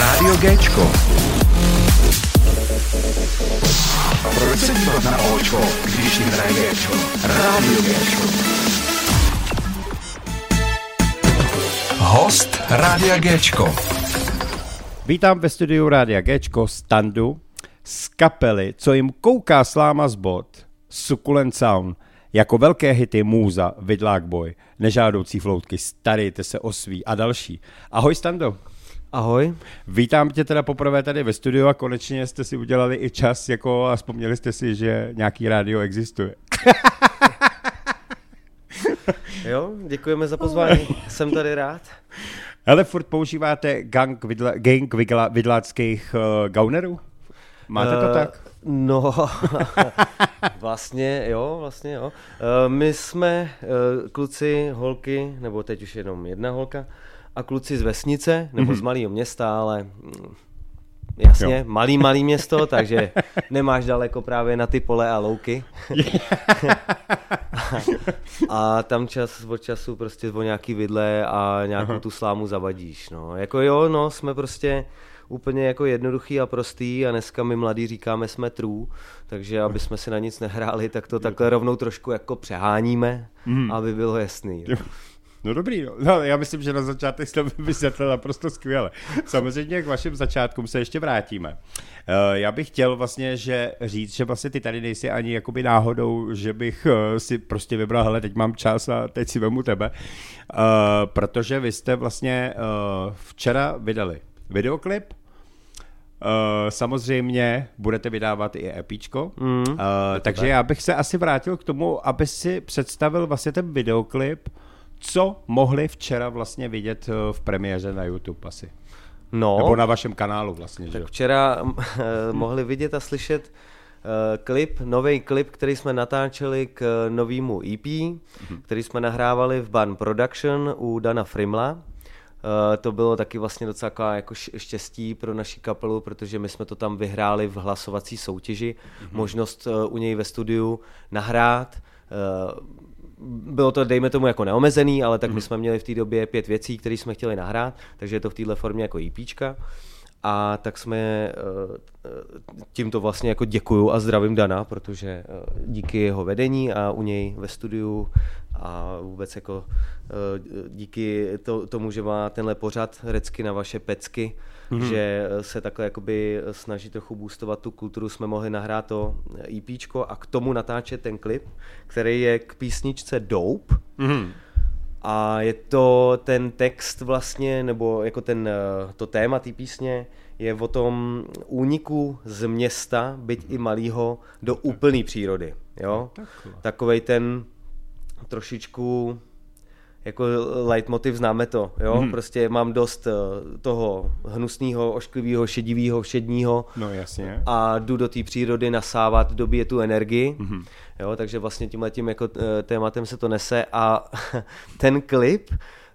Rádio Géčko. Proč se dívat na Očko, když jim hraje Géčko? Rádio Géčko. Host Rádia Géčko. Vítám ve studiu Rádia Géčko Standu z kapely, co jim kouká sláma z bod, Sukulent Sound, jako velké hity Můza, Vidlák Boj, Nežádoucí floutky, Starejte se o svý a další. Ahoj Stando. Ahoj. Vítám tě teda poprvé tady ve studiu a konečně jste si udělali i čas jako a vzpomněli jste si, že nějaký rádio existuje. Jo, děkujeme za pozvání, jsem tady rád. Ale furt používáte gang vidláckých gaunerů? Máte to tak? No, vlastně jo. My jsme kluci, holky, nebo teď už jenom jedna holka, a kluci z vesnice, nebo z malého města, ale jasně, jo. malý město, takže nemáš daleko právě na ty pole a louky. A tam čas od času prostě o nějaký vidle a nějakou tu slámu zavadíš. No. Jako jo, no, jsme prostě úplně jako jednoduchý a prostý a dneska my mladí říkáme jsme true, takže aby jsme si na nic nehráli, tak to takhle rovnou trošku jako přeháníme, aby bylo jasný. Jo. No dobrý, no, já myslím, že na začátek jste vysvětlil naprosto skvěle. Samozřejmě k vašim začátkům se ještě vrátíme. Já bych chtěl vlastně říct, že vlastně ty tady nejsi ani jakoby náhodou, že bych si prostě vybral, hele, teď mám čas a teď si vemu tebe, protože vy jste vlastně včera vydali videoklip, samozřejmě budete vydávat i EPčko, takže já bych se asi vrátil k tomu, aby si představil vlastně ten videoklip, co mohli včera vlastně vidět v premiéře na YouTube asi. No, nebo na vašem kanálu vlastně. Tak že? Včera mohli vidět a slyšet nový klip, který jsme natáčeli k novému EP, který jsme nahrávali v Barn Production u Dana Frimla. To bylo taky vlastně docela jako štěstí pro naši kapelu, protože my jsme to tam vyhráli v hlasovací soutěži. Možnost u něj ve studiu nahrát. Bylo to, dejme tomu, jako neomezený, ale tak my jsme měli v té době 5 věcí, které jsme chtěli nahrát, takže je to v této formě jako EPčka. A tak jsme tímto vlastně jako děkuju a zdravím Dana, protože díky jeho vedení a u něj ve studiu a vůbec jako díky tomu, že má tenhle pořad Recky na vaše pecky, že se takhle jakoby snaží trochu boostovat tu kulturu, jsme mohli nahrát to EPčko a k tomu natáčet ten klip, který je k písničce Dope. A je to ten text vlastně, nebo jako to téma té písně je o tom úniku z města, byť i malýho, do úplné přírody. Jo? Takovej ten trošičku jako leitmotiv, známe to, jo? Prostě mám dost toho hnusného, ošklivého, šedivého, všedního, no, jasně. A jdu do té přírody nasávat, dobije tu energii, jo? Takže vlastně tímhletím jako tématem se to nese a ten klip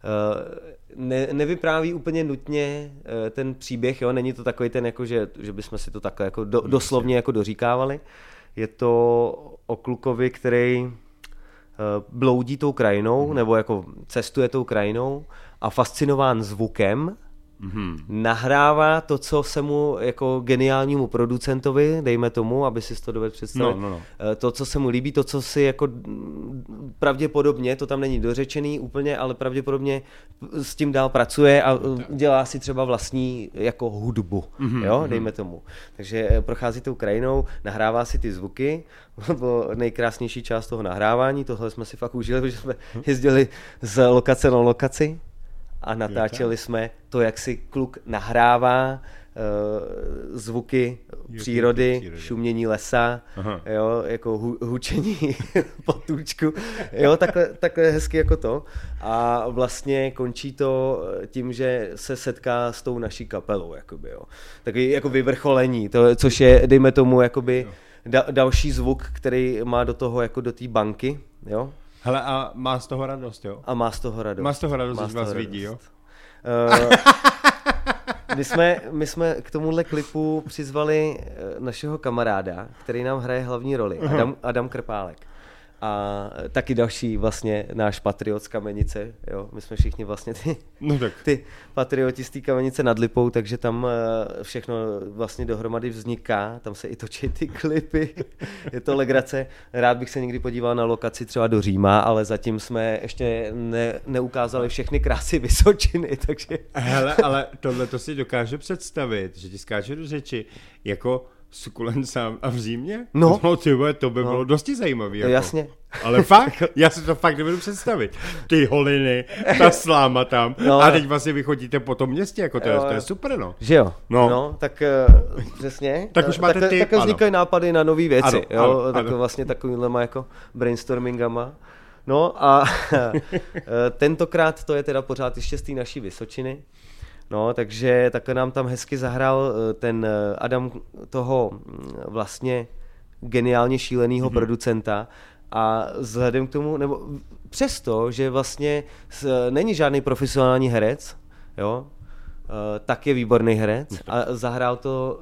nevypráví úplně nutně ten příběh, jo? Není to takový ten, jako, že bychom si to takhle jako doslovně jako doříkávali. Je to o klukovi, který bloudí tou krajinou, nebo jako cestuje tou krajinou a fascinován zvukem, nahrává to, co se mu jako geniálnímu producentovi, dejme tomu, aby si to dovedl představit, to, co se mu líbí, to, co si jako pravděpodobně, to tam není dořečený úplně, ale pravděpodobně s tím dál pracuje a dělá si třeba vlastní jako hudbu, jo, dejme tomu. Takže prochází tou krajinou, nahrává si ty zvuky, bylo nejkrásnější část toho nahrávání, tohle jsme si fakt užili, protože jsme jezdili z lokace na lokaci a natáčeli jsme to, jak si kluk nahrává zvuky přírody, šumění lesa, jo, jako hučení potůčku, jo, takhle hezky jako to. A vlastně končí to tím, že se setká s tou naší kapelou, jakoby, jo. Takový jako vyvrcholení, což je, dejme tomu, jakoby další zvuk, který má do toho, jako do té banky, jo. Hele, a má z toho radost, jo? A má z toho radost. Má z toho radost, když vás vidí, jo? My jsme k tomuhle klipu přizvali našeho kamaráda, který nám hraje hlavní roli, Adam Krpálek. A taky další vlastně náš patriot z Kamenice, jo, my jsme všichni vlastně ty patrioti z té Kamenice nad Lipou, takže tam všechno vlastně dohromady vzniká, tam se i točí ty klipy, je to legrace. Rád bych se někdy podíval na lokaci třeba do Říma, ale zatím jsme ještě neukázali všechny krásy Vysočiny, takže... Hele, ale tohle to si dokážu představit, že ti skáču do řeči, jako Sukulent sám a v Římě? No. To by bylo dosti zajímavý. Jako. Jasně. Ale fakt, já si to fakt nebudu představit. Ty holiny, ta sláma tam a teď vlastně vychodíte po tom městě, jako to je super, no. Že jo? No Tak přesně. Tak už máte tak vznikají nápady na nové věci, tak ano. vlastně takovýhlema jako brainstormingama. No a tentokrát to je teda pořád ještě z té naší Vysočiny. No, takže takhle nám tam hezky zahrál ten Adam toho vlastně geniálně šílenýho producenta a vzhledem k tomu, nebo přesto, že vlastně není žádný profesionální herec, jo, tak je výborný herec a zahrál to,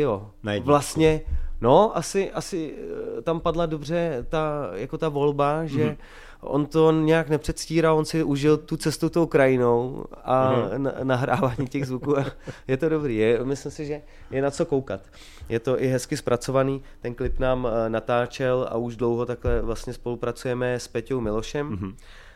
vlastně, no, asi tam padla dobře ta volba, že on to nějak nepředstíral, on si užil tu cestu tou krajinou a nahrávání těch zvuků. Je to dobrý, myslím si, že je na co koukat. Je to i hezky zpracovaný, ten klip nám natáčel a už dlouho takhle vlastně spolupracujeme s Peťou Milošem,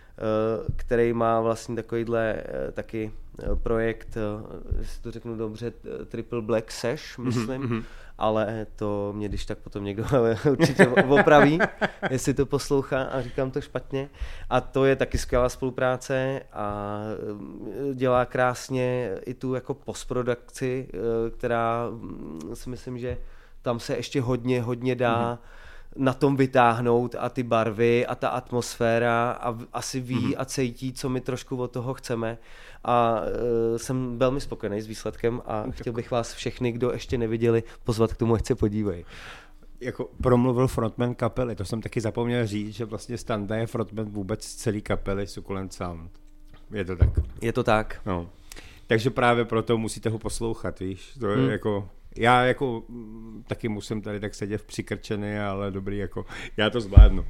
který má vlastně takovýhle taky projekt, jestli to řeknu dobře, Triple Black Sash, myslím, ale to mě když tak potom někdo určitě opraví, jestli to poslouchá a říkám to špatně. A to je taky skvělá spolupráce a dělá krásně i tu jako postprodukci, která si myslím, že tam se ještě hodně dá na tom vytáhnout a ty barvy a ta atmosféra a asi ví a cítí, co my trošku od toho chceme a jsem velmi spokojený s výsledkem a chtěl bych vás všechny, kdo ještě neviděli, pozvat k tomu, ať se podívají. Jako promluvil frontman kapely, to jsem taky zapomněl říct, že vlastně Standa je frontman vůbec celý kapely Sukulent Sound. Je to tak? Je to tak. No. Takže právě proto musíte ho poslouchat, víš, to je jako... Já jako taky musím tady tak sedět přikrčený, ale dobrý, jako já to zvládnu.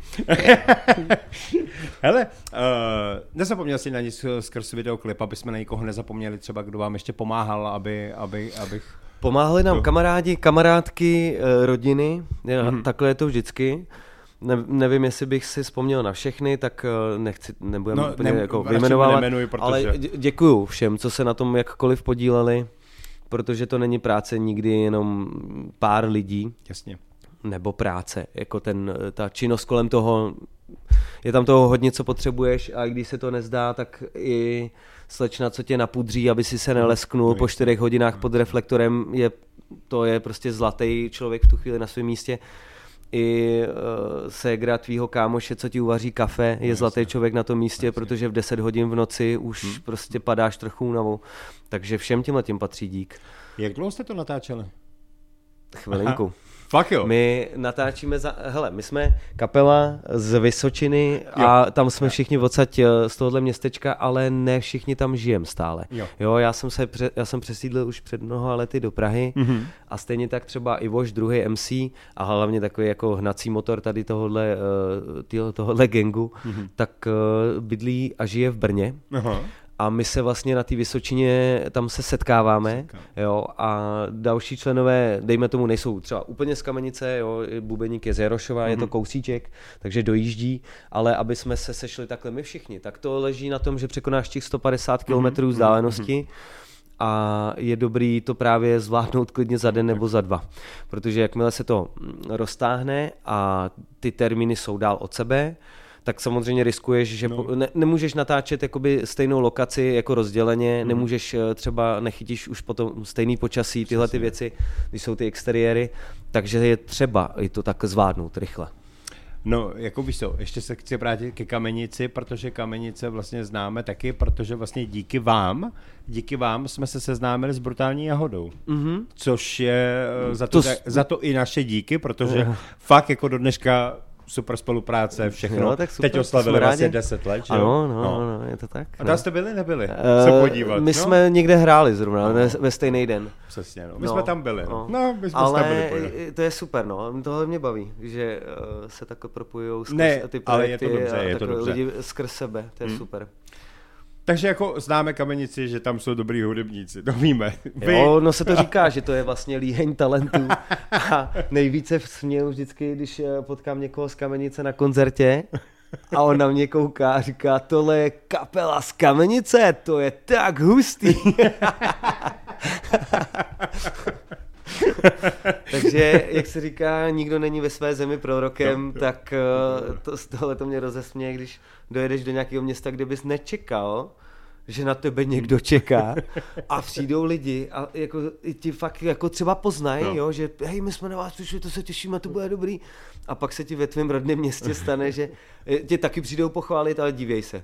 Hele, nezapomněl jsi na nic skrz videoklip, aby jsme na nikoho nezapomněli, třeba kdo vám ještě pomáhal, abych... Pomáhali nám kamarádi, kamarádky, rodiny, takhle je to vždycky. Nevím, jestli bych si vzpomněl na všechny, tak nebudeme úplně jako vyjmenovávat, ale děkuju všem, co se na tom jakkoliv podíleli, protože to není práce nikdy jenom pár lidí. Jasně. Nebo práce, jako ta činnost kolem toho, je tam toho hodně, co potřebuješ a když se to nezdá, tak i slečna, co tě napudří, aby si se nelesknul po 4 hodinách pod reflektorem, to je prostě zlatý člověk v tu chvíli na svém místě. I ségra tvýho kámoše, co ti uvaří kafe, je zlatý člověk na tom místě, protože v 10 hodin v noci už prostě padáš trochu únavou. Takže všem tímhletím patří dík. Jak dlouho jste to natáčeli? Chvilinku. Fakt jo. My natáčíme my jsme kapela z Vysočiny a tam jsme všichni odsaď z tohohle městečka, ale ne všichni tam žijem stále. Jo, já jsem přesídlil už před mnoha lety do Prahy a stejně tak třeba Ivoš, druhý MC a hlavně takový jako hnací motor tady tohohle gangu, tak bydlí a žije v Brně. Aha. A my se vlastně na té Vysočině tam se setkáváme, jo, a další členové, dejme tomu, nejsou třeba úplně z Kamenice, jo, bubeník je z Jarošova, je to kousíček, takže dojíždí, ale aby jsme se sešli takhle my všichni, tak to leží na tom, že překonáš těch 150 km vzdálenosti a je dobrý to právě zvládnout klidně za den nebo za 2, protože jakmile se to roztáhne a ty termíny jsou dál od sebe, tak samozřejmě riskuješ, že nemůžeš natáčet jakoby stejnou lokaci jako rozděleně, nemůžeš třeba, nechytíš už potom stejný počasí, tyhle ty věci, když jsou ty exteriéry, takže je třeba i to tak zvládnout rychle. No, jako víš co, ještě se chci vrátit ke Kamenici, protože Kamenice vlastně známe taky, protože vlastně díky vám jsme se seznámili s Brutální jahodou, což je za to i naše díky, protože fakt jako do dneška super spolupráce, všechno. No, tak super, teď oslavili vlastně 10 let, že jo? Ano, je to tak. A tam jste byli, nebyli? Se podívat, my jsme někde hráli zrovna, ve stejný den. Přesně, no. My jsme tam byli, my jsme ale tam byli. to je super, no. Tohle mě baví, že se takhle propojujou ty projekty ale je to dobře, je to dobře. Lidi skrz sebe, to je super. Takže jako známe Kamenici, že tam jsou dobrý hudebníci, to víme. Jo, no se to říká, že to je vlastně líheň talentů a nejvíce směju vždycky, když potkám někoho z Kamenice na koncertě a on na mě kouká a říká, tohle je kapela z Kamenice, to je tak hustý. Takže, jak se říká, nikdo není ve své zemi prorokem, tak tohle to mě rozesměje, když dojedeš do nějakého města, kde bys nečekal, že na tebe někdo čeká a přijdou lidi a jako, ti fakt jako třeba poznají, jo, že hej, my jsme na vás přišli, to se těšíme, to bude dobrý. A pak se ti ve tvém rodném městě stane, že tě taky přijdou pochválit, ale divěj se.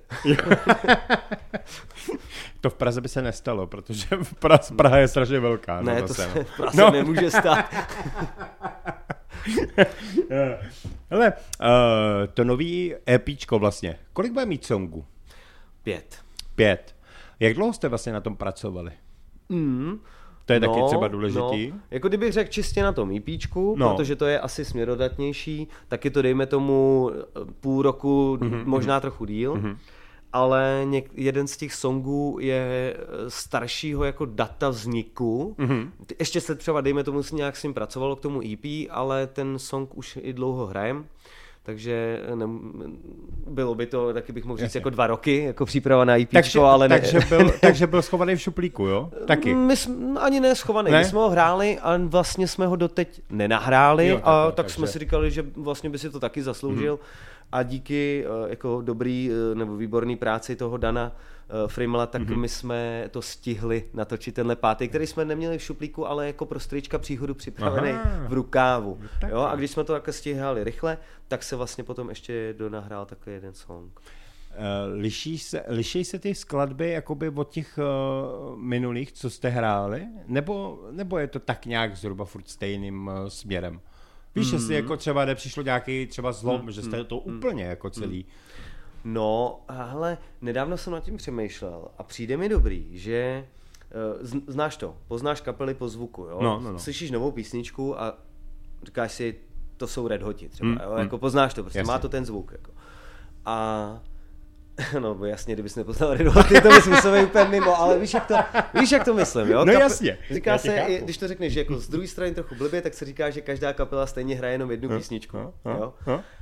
To v Praze by se nestalo, protože Praha je strašně velká. Ne, to se v Praze nemůže stát. Hele, to nový EPčko vlastně, kolik bude mít songů? 5. Jak dlouho jste vlastně na tom pracovali? To je taky třeba důležitý. Jako kdybych řekl čistě na tom EPčku, protože to je asi směrodatnější, taky to dejme tomu půl roku, možná trochu díl. Ale jeden z těch songů je staršího jako data vzniku. Ještě se třeba, dejme tomu, nějak s ním pracovalo k tomu EP, ale ten song už i dlouho hrajem. Takže bylo by to, taky bych mohl říct, jako 2 roky, jako příprava na EPčko, ale ne. Takže byl schovaný v šuplíku, jo? Taky. Ani ne schovaný, my jsme ho hráli a vlastně jsme ho doteď nenahráli, jo, tak jsme si říkali, že vlastně by si to taky zasloužil. A díky jako dobrý nebo výborný práci toho Dana Frimla, tak my jsme to stihli natočit tenhle 5., který jsme neměli v šuplíku, ale jako pro strýčka příhodu připravený v rukávu. Jo? A když jsme to takhle stihali rychle, tak se vlastně potom ještě donahrál takový jeden song. Liší se ty skladby jakoby od těch minulých, co jste hráli? Nebo je to tak nějak zhruba furt stejným směrem? Víš, jestli jako třeba nepřišlo nějaký třeba zlom, že jste to úplně jako celý. No, ale nedávno jsem nad tím přemýšlel a přijde mi dobrý, že znáš to, poznáš kapely po zvuku, jo? No. Slyšíš novou písničku a říkáš si, to jsou Red Hoti třeba, jo? Jako poznáš to, prostě jasně. Má to ten zvuk, jako. A no jasně, kdybys nepoznal Red Hoty, to bys musel být úplně mimo, ale víš, jak to myslím, jo? No jasně. Říká se, když to řekneš, že jako z druhé strany trochu blbě, tak se říká, že každá kapela stejně hraje jenom jednu písničku, jo?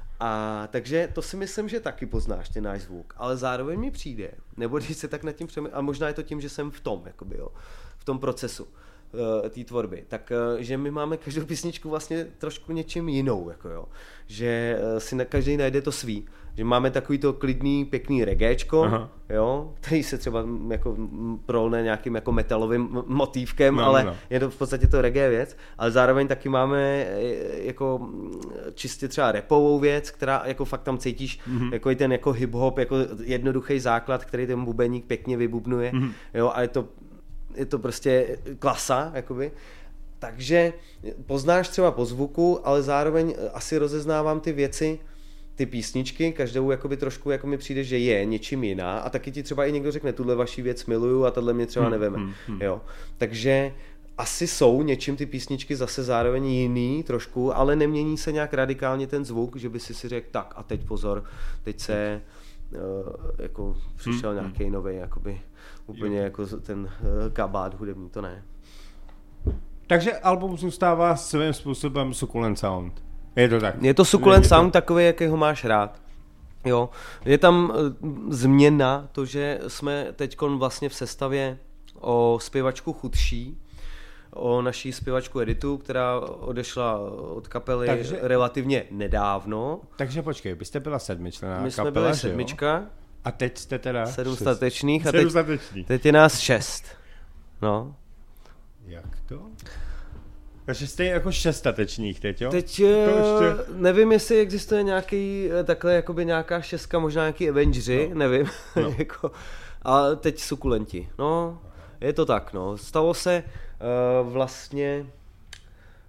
A takže to si myslím, že taky poznáš ten náš zvuk, ale zároveň mi přijde, nebo když se tak nad tím přemýšlím, a možná je to tím, že jsem v tom, jakoby, jo, v tom procesu té tvorby, tak že my máme každou písničku vlastně trošku něčím jinou, jako jo, že si každý najde to svý, že máme takový to klidný, pěkný reggaečko, jo, který se třeba jako prolne nějakým jako metalovým motívkem, ale je to v podstatě to reggae věc, ale zároveň taky máme jako čistě třeba rapovou věc, která jako fakt tam cítíš jako i ten jako hip-hop, jako jednoduchý základ, který ten bubeník pěkně vybubnuje, jo, a je to prostě klasa, jakoby. Takže poznáš třeba po zvuku, ale zároveň asi rozeznávám ty věci, ty písničky, každou jakoby trošku jako mi přijde, že je něčím jiná a taky ti třeba i někdo řekne, tuhle vaši věc miluju a tahle mě třeba neveme. Jo. Takže asi jsou něčím ty písničky zase zároveň jiný trošku, ale nemění se nějak radikálně ten zvuk, že by si řekl, tak a teď pozor, teď se jako přišel nějaký nový jakoby úplně jako ten kabát hudební, to ne. Takže album zůstává svým způsobem Succulent Sound. Je to tak? Je to Succulent Sound takový, jaký ho máš rád. Jo. Je tam změna, to, že jsme teďkon vlastně v sestavě o zpěvačku chudší, o naší zpěvačku Editu, která odešla od kapely relativně nedávno. Takže počkej, byste byla 7členná kapela, my jsme byli 7. A teď jste teda 7 statečných a teď je nás 6. No. Jak to? Takže jste jako 6 statečných teď, jo? Teď nevím, jestli existuje nějaký takhle jakoby nějaká 6, možná nějaký Avengeri, nevím. Jako, a teď Sukulenti. No, je to tak, no. Stalo se vlastně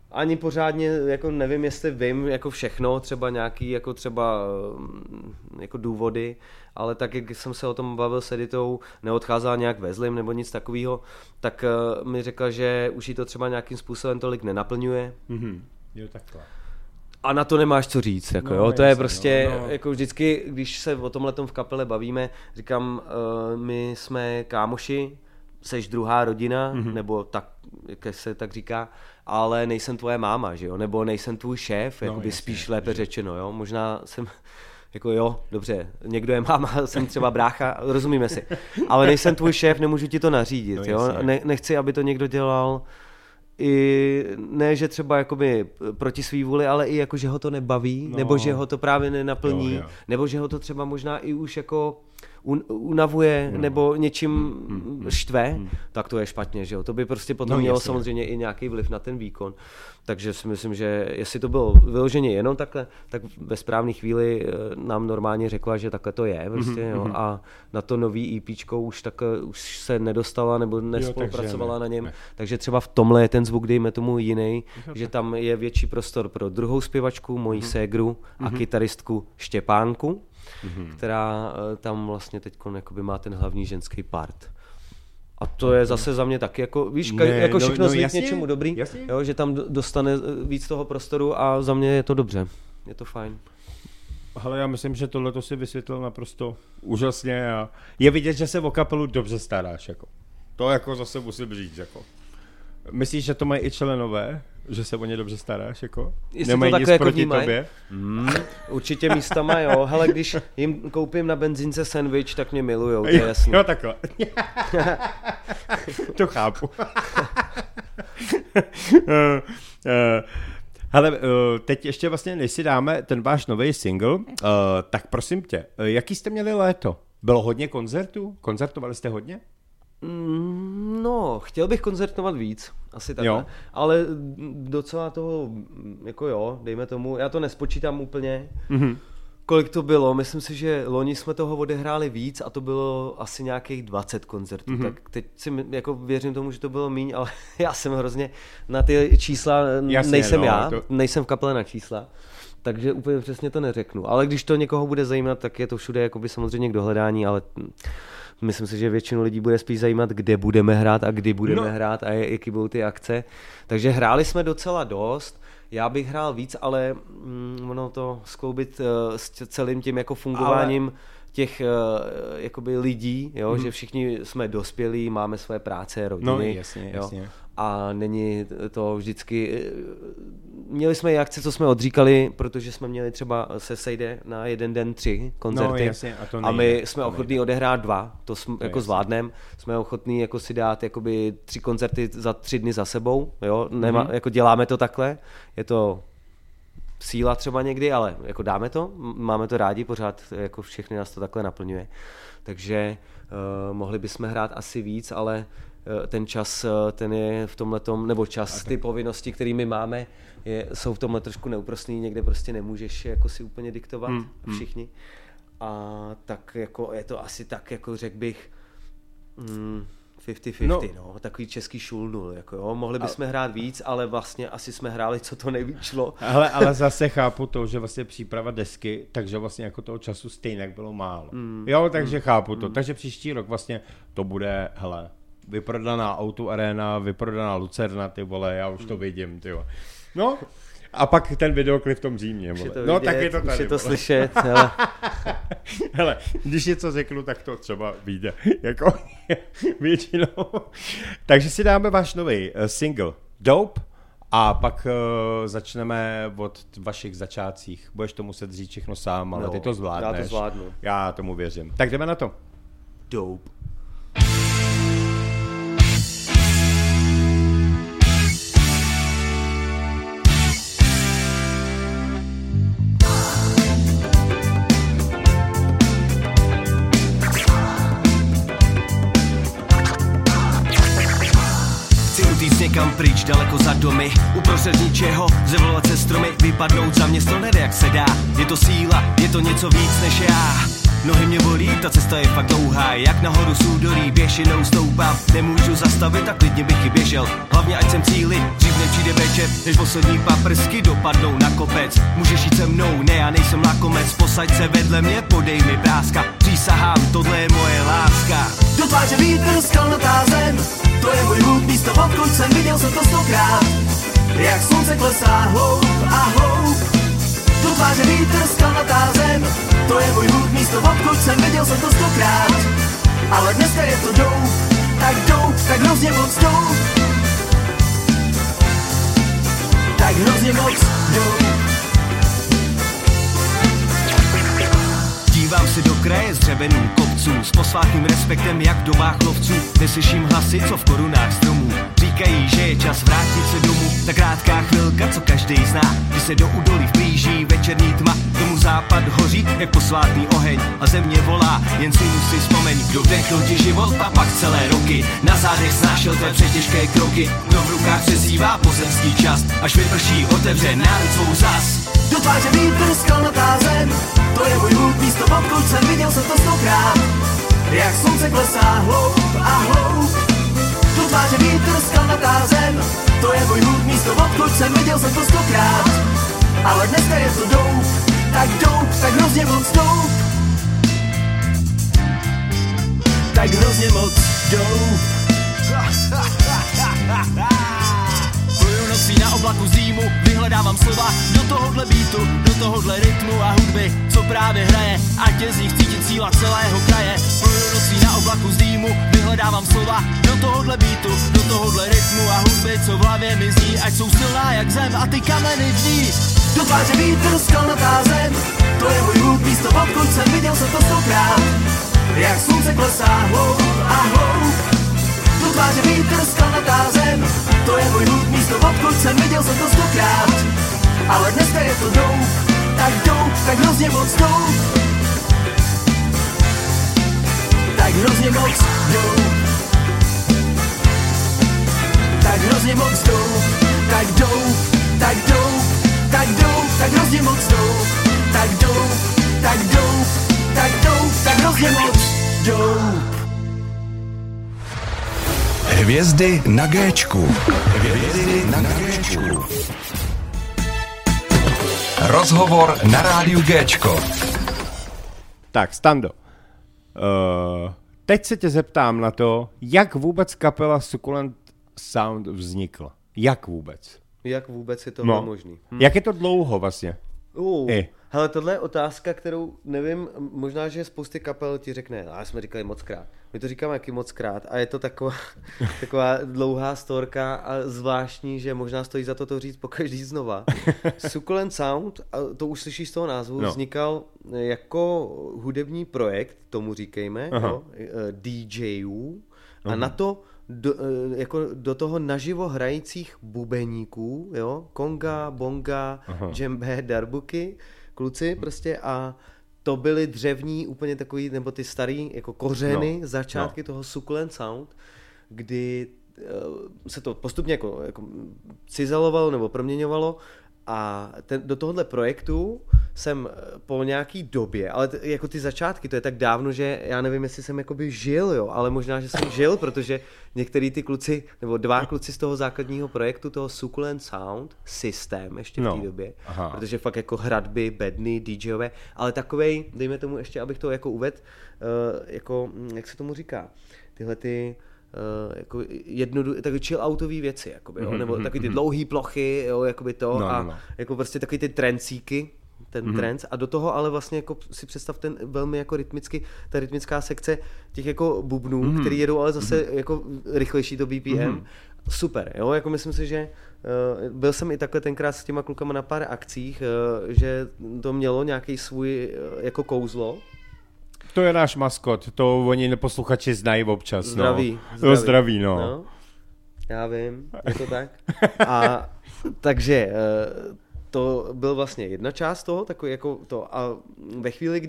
Ani pořádně, jako nevím, jestli vím jako všechno, třeba nějaký, jako třeba jako důvody, ale tak, jak jsem se o tom bavil s Editou, neodcházela nějak ve zlým nebo nic takového, tak mi řekla, že už jí to třeba nějakým způsobem tolik nenaplňuje. Jo, takhle. A na to nemáš co říct, jako jo, to je prostě, jako vždycky, když se o tomhletom v kapele bavíme, říkám, my jsme kámoši, seš druhá rodina, nebo tak, jak se tak říká, ale nejsem tvoje máma, že jo, nebo nejsem tvůj šéf, jakoby spíš lépe řečeno, jo, možná jsem, jako jo, dobře, někdo je máma, jsem třeba brácha, rozumíme si, ale nejsem tvůj šéf, nemůžu ti to nařídit, jo, nechci, aby to někdo dělal, i ne, že třeba jakoby proti svý vůli, ale i jako, že ho to nebaví, nebo že ho to právě nenaplní, nebo že ho to třeba možná i už jako unavuje, nebo něčím štve, tak to je špatně, že jo. To by prostě potom mělo samozřejmě i nějaký vliv na ten výkon. Takže si myslím, že jestli to bylo vyloženě jenom takhle, tak ve správné chvíli nám normálně řekla, že takhle to je prostě, jo. A na to nový EPčko už se nedostala nebo nespolupracovala na něm. Takže třeba v tomhle je ten zvuk, dejme tomu jiný, že tam je větší prostor pro druhou zpěvačku, moji ségru a kytaristku Štěpánku, která tam vlastně teď má ten hlavní ženský part. A to je zase za mě taky, jako víš, jako všechno zlí k něčemu dobrý, jo, že tam dostane víc toho prostoru a za mě je to dobře, je to fajn. Ale já myslím, že tohleto si vysvětlil naprosto úžasně a je vidět, že se o kapelu dobře staráš, jako. To jako zase musím říct, jako. Myslíš, že to mají i členové? Že se o ně dobře staráš, jako? Jestli nemají nic jako proti tobě? Určitě místama, jo. Hele, když jim koupím na benzínce sandwich, tak mě milujou, to je jasný. Jo, takhle. To chápu. Hele, teď ještě vlastně, než si dáme ten váš nový single, tak prosím tě, jaký jste měli léto? Bylo hodně koncertů? Koncertovali jste hodně? No, chtěl bych koncertovat víc, asi takhle, ale docela toho, jako jo, dejme tomu, já to nespočítám úplně, kolik to bylo, myslím si, že loni jsme toho odehráli víc a to bylo asi nějakých 20 koncertů, tak teď si jako věřím tomu, že to bylo míň, ale já jsem hrozně na ty čísla, nejsem v kapele na čísla, takže úplně přesně to neřeknu, ale když to někoho bude zajímat, tak je to všude jakoby samozřejmě k dohledání, ale myslím si, že většinu lidí bude spíš zajímat, kde budeme hrát a kdy budeme hrát a jaký budou ty akce. Takže hráli jsme docela dost, já bych hrál víc, ale ono to skloubit s celým tím jako fungováním těch jakoby lidí, jo, že všichni jsme dospělí, máme své práce, rodiny. No, jasně. A není to vždycky... Měli jsme i akce, co jsme odříkali, protože jsme měli třeba se sejde na jeden den 3 koncerty. No, jasně, a my jsme ochotní odehrát 2, to jako zvládnem. Jsme ochotní jako si dát jakoby 3 koncerty za 3 dny za sebou, jo. Jako děláme to takhle, je to síla třeba někdy, ale jako dáme to, máme to rádi, pořád jako všechny nás to takhle naplňuje. Takže mohli bychom hrát asi víc, ale ten čas, ten je v tomhletom, nebo čas, ty povinnosti, které my máme, jsou v tomhle trošku neúprostný, někde prostě nemůžeš jako si úplně diktovat všichni. A tak jako je to asi tak, jako řekl bych, 50-50, no, takový český šulnul, jako jo, mohli bychom hrát víc, ale vlastně asi jsme hráli, co to nejvíc šlo. Ale zase chápu to, že vlastně příprava desky, takže vlastně jako toho času stejně bylo málo. Jo, takže chápu to, takže příští rok vlastně to bude, hele, vyprodaná Auto Arena, vyprodaná Lucerna, ty vole, já už to vidím, ty vole. No, a pak ten videoklip v tom Římě, vole. No, tak je to tady, už je to slyšet, hele. Hele, když něco řeknu, tak to třeba vyjde, jako většinou. Takže si dáme váš nový single Dope a pak začneme od vašich začátcích. Budeš to muset říct všechno sám, ale ty to zvládneš. Já to zvládnu. Já tomu věřím. Tak jdeme na to. Dope. Někam pryč, daleko za domy, uprostřed ničeho, zevolovat se stromy, vypadnout za město nejde jak se dá, je to síla, je to něco víc než já. Nohy mě bolí, ta cesta je fakt dlouhá, jak nahoru sůdolí, běžinou stoupám, nemůžu zastavit a klidně bych i běžel, hlavně ať jsem cíli, dřív nepřijde večer, než poslední paprsky dopadnou na kopec. Můžeš jít se mnou, ne, já nejsem lakomec, posaď se vedle mě, podej mi bráska, přísahám, tohle je moje láska. Do tváře vítr skalnatá zem, to je můj hůd, místo odkud jsem, viděl jsem to 100krát, jak slunce klesá hloub a hloub. Do tváře vítr skalnatá zem, to je můj hůd, místo odkud jsem, viděl jsem to 100krát, ale dneska je to doub, tak hrozně moc doub, tak hrozně moc doub. Dívám si do kraje z dřevěnů kopců, s posvátným respektem jak do lovců. Neslyším hlasy, co v korunách stromů říkají, že je čas vrátit se domů. Ta krátká chvilka, co každý zná, kdy se do údolí vblíží večerní tma. Tomu západ hoří jak posvátný oheň a země volá, jen si vzpomeň. Kdo vdechl ti život a pak celé roky, na zádech snášel tvé přetěžké kroky. Kdo v rukách přezývá pozemský čas, až vyprší, otevře národ svou zas. Do tváře vítr skalnatá zem, to je můj hůd, místo odkud jsem, viděl jsem to 100krát, jak slunce klesá hloub a hloub. Do tváře vítr skalnatá zem, to je můj hůd, místo odkud jsem, viděl jsem to 100krát, ale dneska je to doub, tak hrozně moc doub, tak hrozně moc doub. Pluju nocí na oblaku z dýmu, vyhledávám slova do tohohle beatu, do tohohle rytmu a hudby, co právě hraje, ať je z nich cítit síla celého kraje. Pluju nocí na oblaku z dýmu, vyhledávám slova do tohohle beatu, do tohohle rytmu a hudby, co v hlavě mi zní, ať jsou silná jak zem a ty kameny v ní. Do tváře vítr skalnatá zem, to je můj hůd, místo odkud jsem, viděl jsem to 100krát, jak slunce klesá hloub a hloub. Do tváře vítr skalnatá zem, to je můj hůd, místo odkud jsem, viděl jsem to 100krát, ale dneska je to doub, tak hrozně moc doub, tak hrozně moc doub, tak hrozně moc doub, tak doub, tak doub, tak doub, tak hrozně moc doub, tak doub, tak doub, tak doub, tak hrozně moc doub. Hvězdy na Géčku. Hvězdy na Géčku. Rozhovor na rádiu Géčko. Tak, Stando. Teď se tě zeptám na to, jak vůbec kapela Succulent Sound vznikla. Jak vůbec? Jak vůbec je tohle možný? Jak je to dlouho vlastně? Hele, tohle je otázka, kterou nevím, možná, že spousty kapel ti řekne, ale jsme říkali mockrát. My to říkáme jaký mockrát a je to taková dlouhá storka a zvláštní, že možná stojí za to říct pokaždý znova. Succulent Sound, a to už slyšíš z toho názvu, vznikal jako hudební projekt, tomu říkejme, DJů a na to do toho naživo hrajících bubeníků, jo, konga, bonga, džembe, darbuky, kluci prostě a to byly dřevní úplně takový, nebo ty starý jako kořeny, začátky toho Succulent Sound, kdy se to postupně jako cizelovalo nebo proměňovalo a do tohohle projektu jsem po nějaký době, ale jako ty začátky, to je tak dávno, že já nevím, jestli jsem jakoby žil, jo, ale možná, že jsem žil, protože některý ty kluci, nebo dva kluci z toho základního projektu, toho Succulent Sound System ještě v té době, protože fakt jako hradby, bedny, DJové, ale takovej, dejme tomu ještě, abych to jako uvedl, jako, jak se tomu říká, tyhle ty jako takový chill-outový věci, jakoby, jo? Nebo takový ty dlouhý plochy, jo, jakoby to jako prostě takový ty trencíky, ten trance a do toho ale vlastně jako si představ ten velmi jako ta rytmická sekce těch jako bubnů, který jedou ale zase jako rychlejší to BPM. Super, jo, jako myslím si, že byl jsem i takhle tenkrát s těma klukama na pár akcích, že to mělo nějaký svůj jako kouzlo. To je náš maskot, to oni posluchači znají občas. Zdraví. Zdraví. Já vím, je to tak. A takže to byl vlastně jedna část toho, takový jako to a ve chvíli, kdy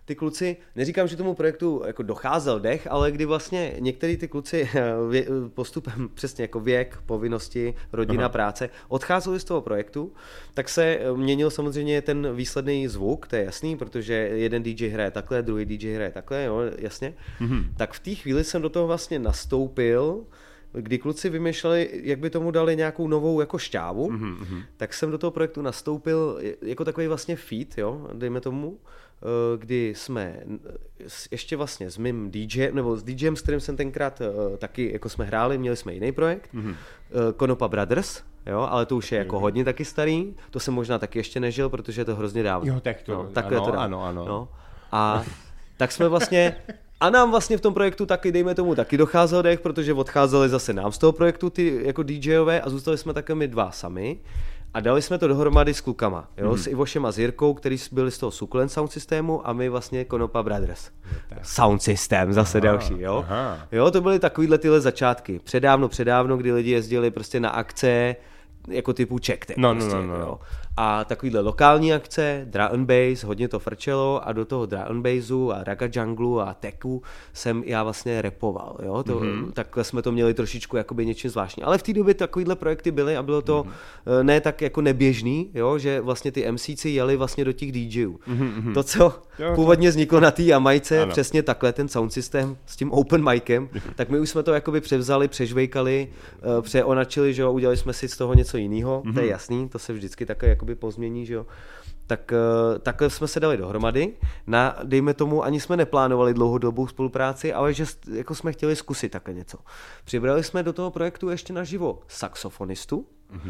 ty kluci, neříkám, že tomu projektu jako docházel dech, ale kdy vlastně některý ty kluci postupem přesně jako věk, povinnosti, rodina, práce, odcházeli z toho projektu, tak se měnil samozřejmě ten výsledný zvuk, to je jasný, protože jeden DJ hraje takhle, druhý DJ hraje takhle, jo, jasně. Tak v té chvíli jsem do toho vlastně nastoupil, kdy kluci vymýšleli, jak by tomu dali nějakou novou jako šťávu, tak jsem do toho projektu nastoupil jako takový vlastně feat, jo, dejme tomu, kdy jsme ještě vlastně s mým DJem, nebo s DJem, s kterým jsem tenkrát taky jako jsme hráli, měli jsme jiný projekt, Konopa Brothers, jo, ale to už je jako hodně taky starý, to jsem možná taky ještě nežil, protože je to hrozně dávno. Jo, tak to, no, takhle ano, to dávno. ano. No. A tak jsme vlastně, a nám vlastně v tom projektu taky, dejme tomu, taky docházel dech, protože odcházeli zase nám z toho projektu ty jako DJové a zůstali jsme také my dva sami. A dali jsme to dohromady s klukama, jo, s Ivošem a s Jirkou, který byli z toho Sukulent Sound systému a my vlastně Konopa Brothers. Sound systém, zase další, jo. Jo, to byly takovýhle tyhle začátky. Předávno, kdy lidi jezdili prostě na akce, jako typu Check. Prostě, jo. A takovýhle lokální akce, drum and bass, hodně to frčelo a do toho drum and bassu a raga junglu a techu jsem já vlastně rapoval, jo. Takhle jsme to měli trošičku jakoby něčím zvláštní. Ale v té době takovýhle projekty byly a bylo to ne tak jako neběžný, jo, že vlastně ty MCci jeli vlastně do těch DJů. To, co původně vzniklo na té Jamajce, přesně takhle ten sound systém s tím open micem, tak my už jsme to jakoby převzali, přežvejkali, přeonačili, že jo, udělali jsme si z toho něco jiného, to je jasný, to se vždycky také jakoby pozmění, že jo. Tak takhle jsme se dali dohromady. Dejme tomu, ani jsme neplánovali dlouhodobou spolupráci, ale že jako jsme chtěli zkusit takhle něco. Přibrali jsme do toho projektu ještě naživo saxofonistu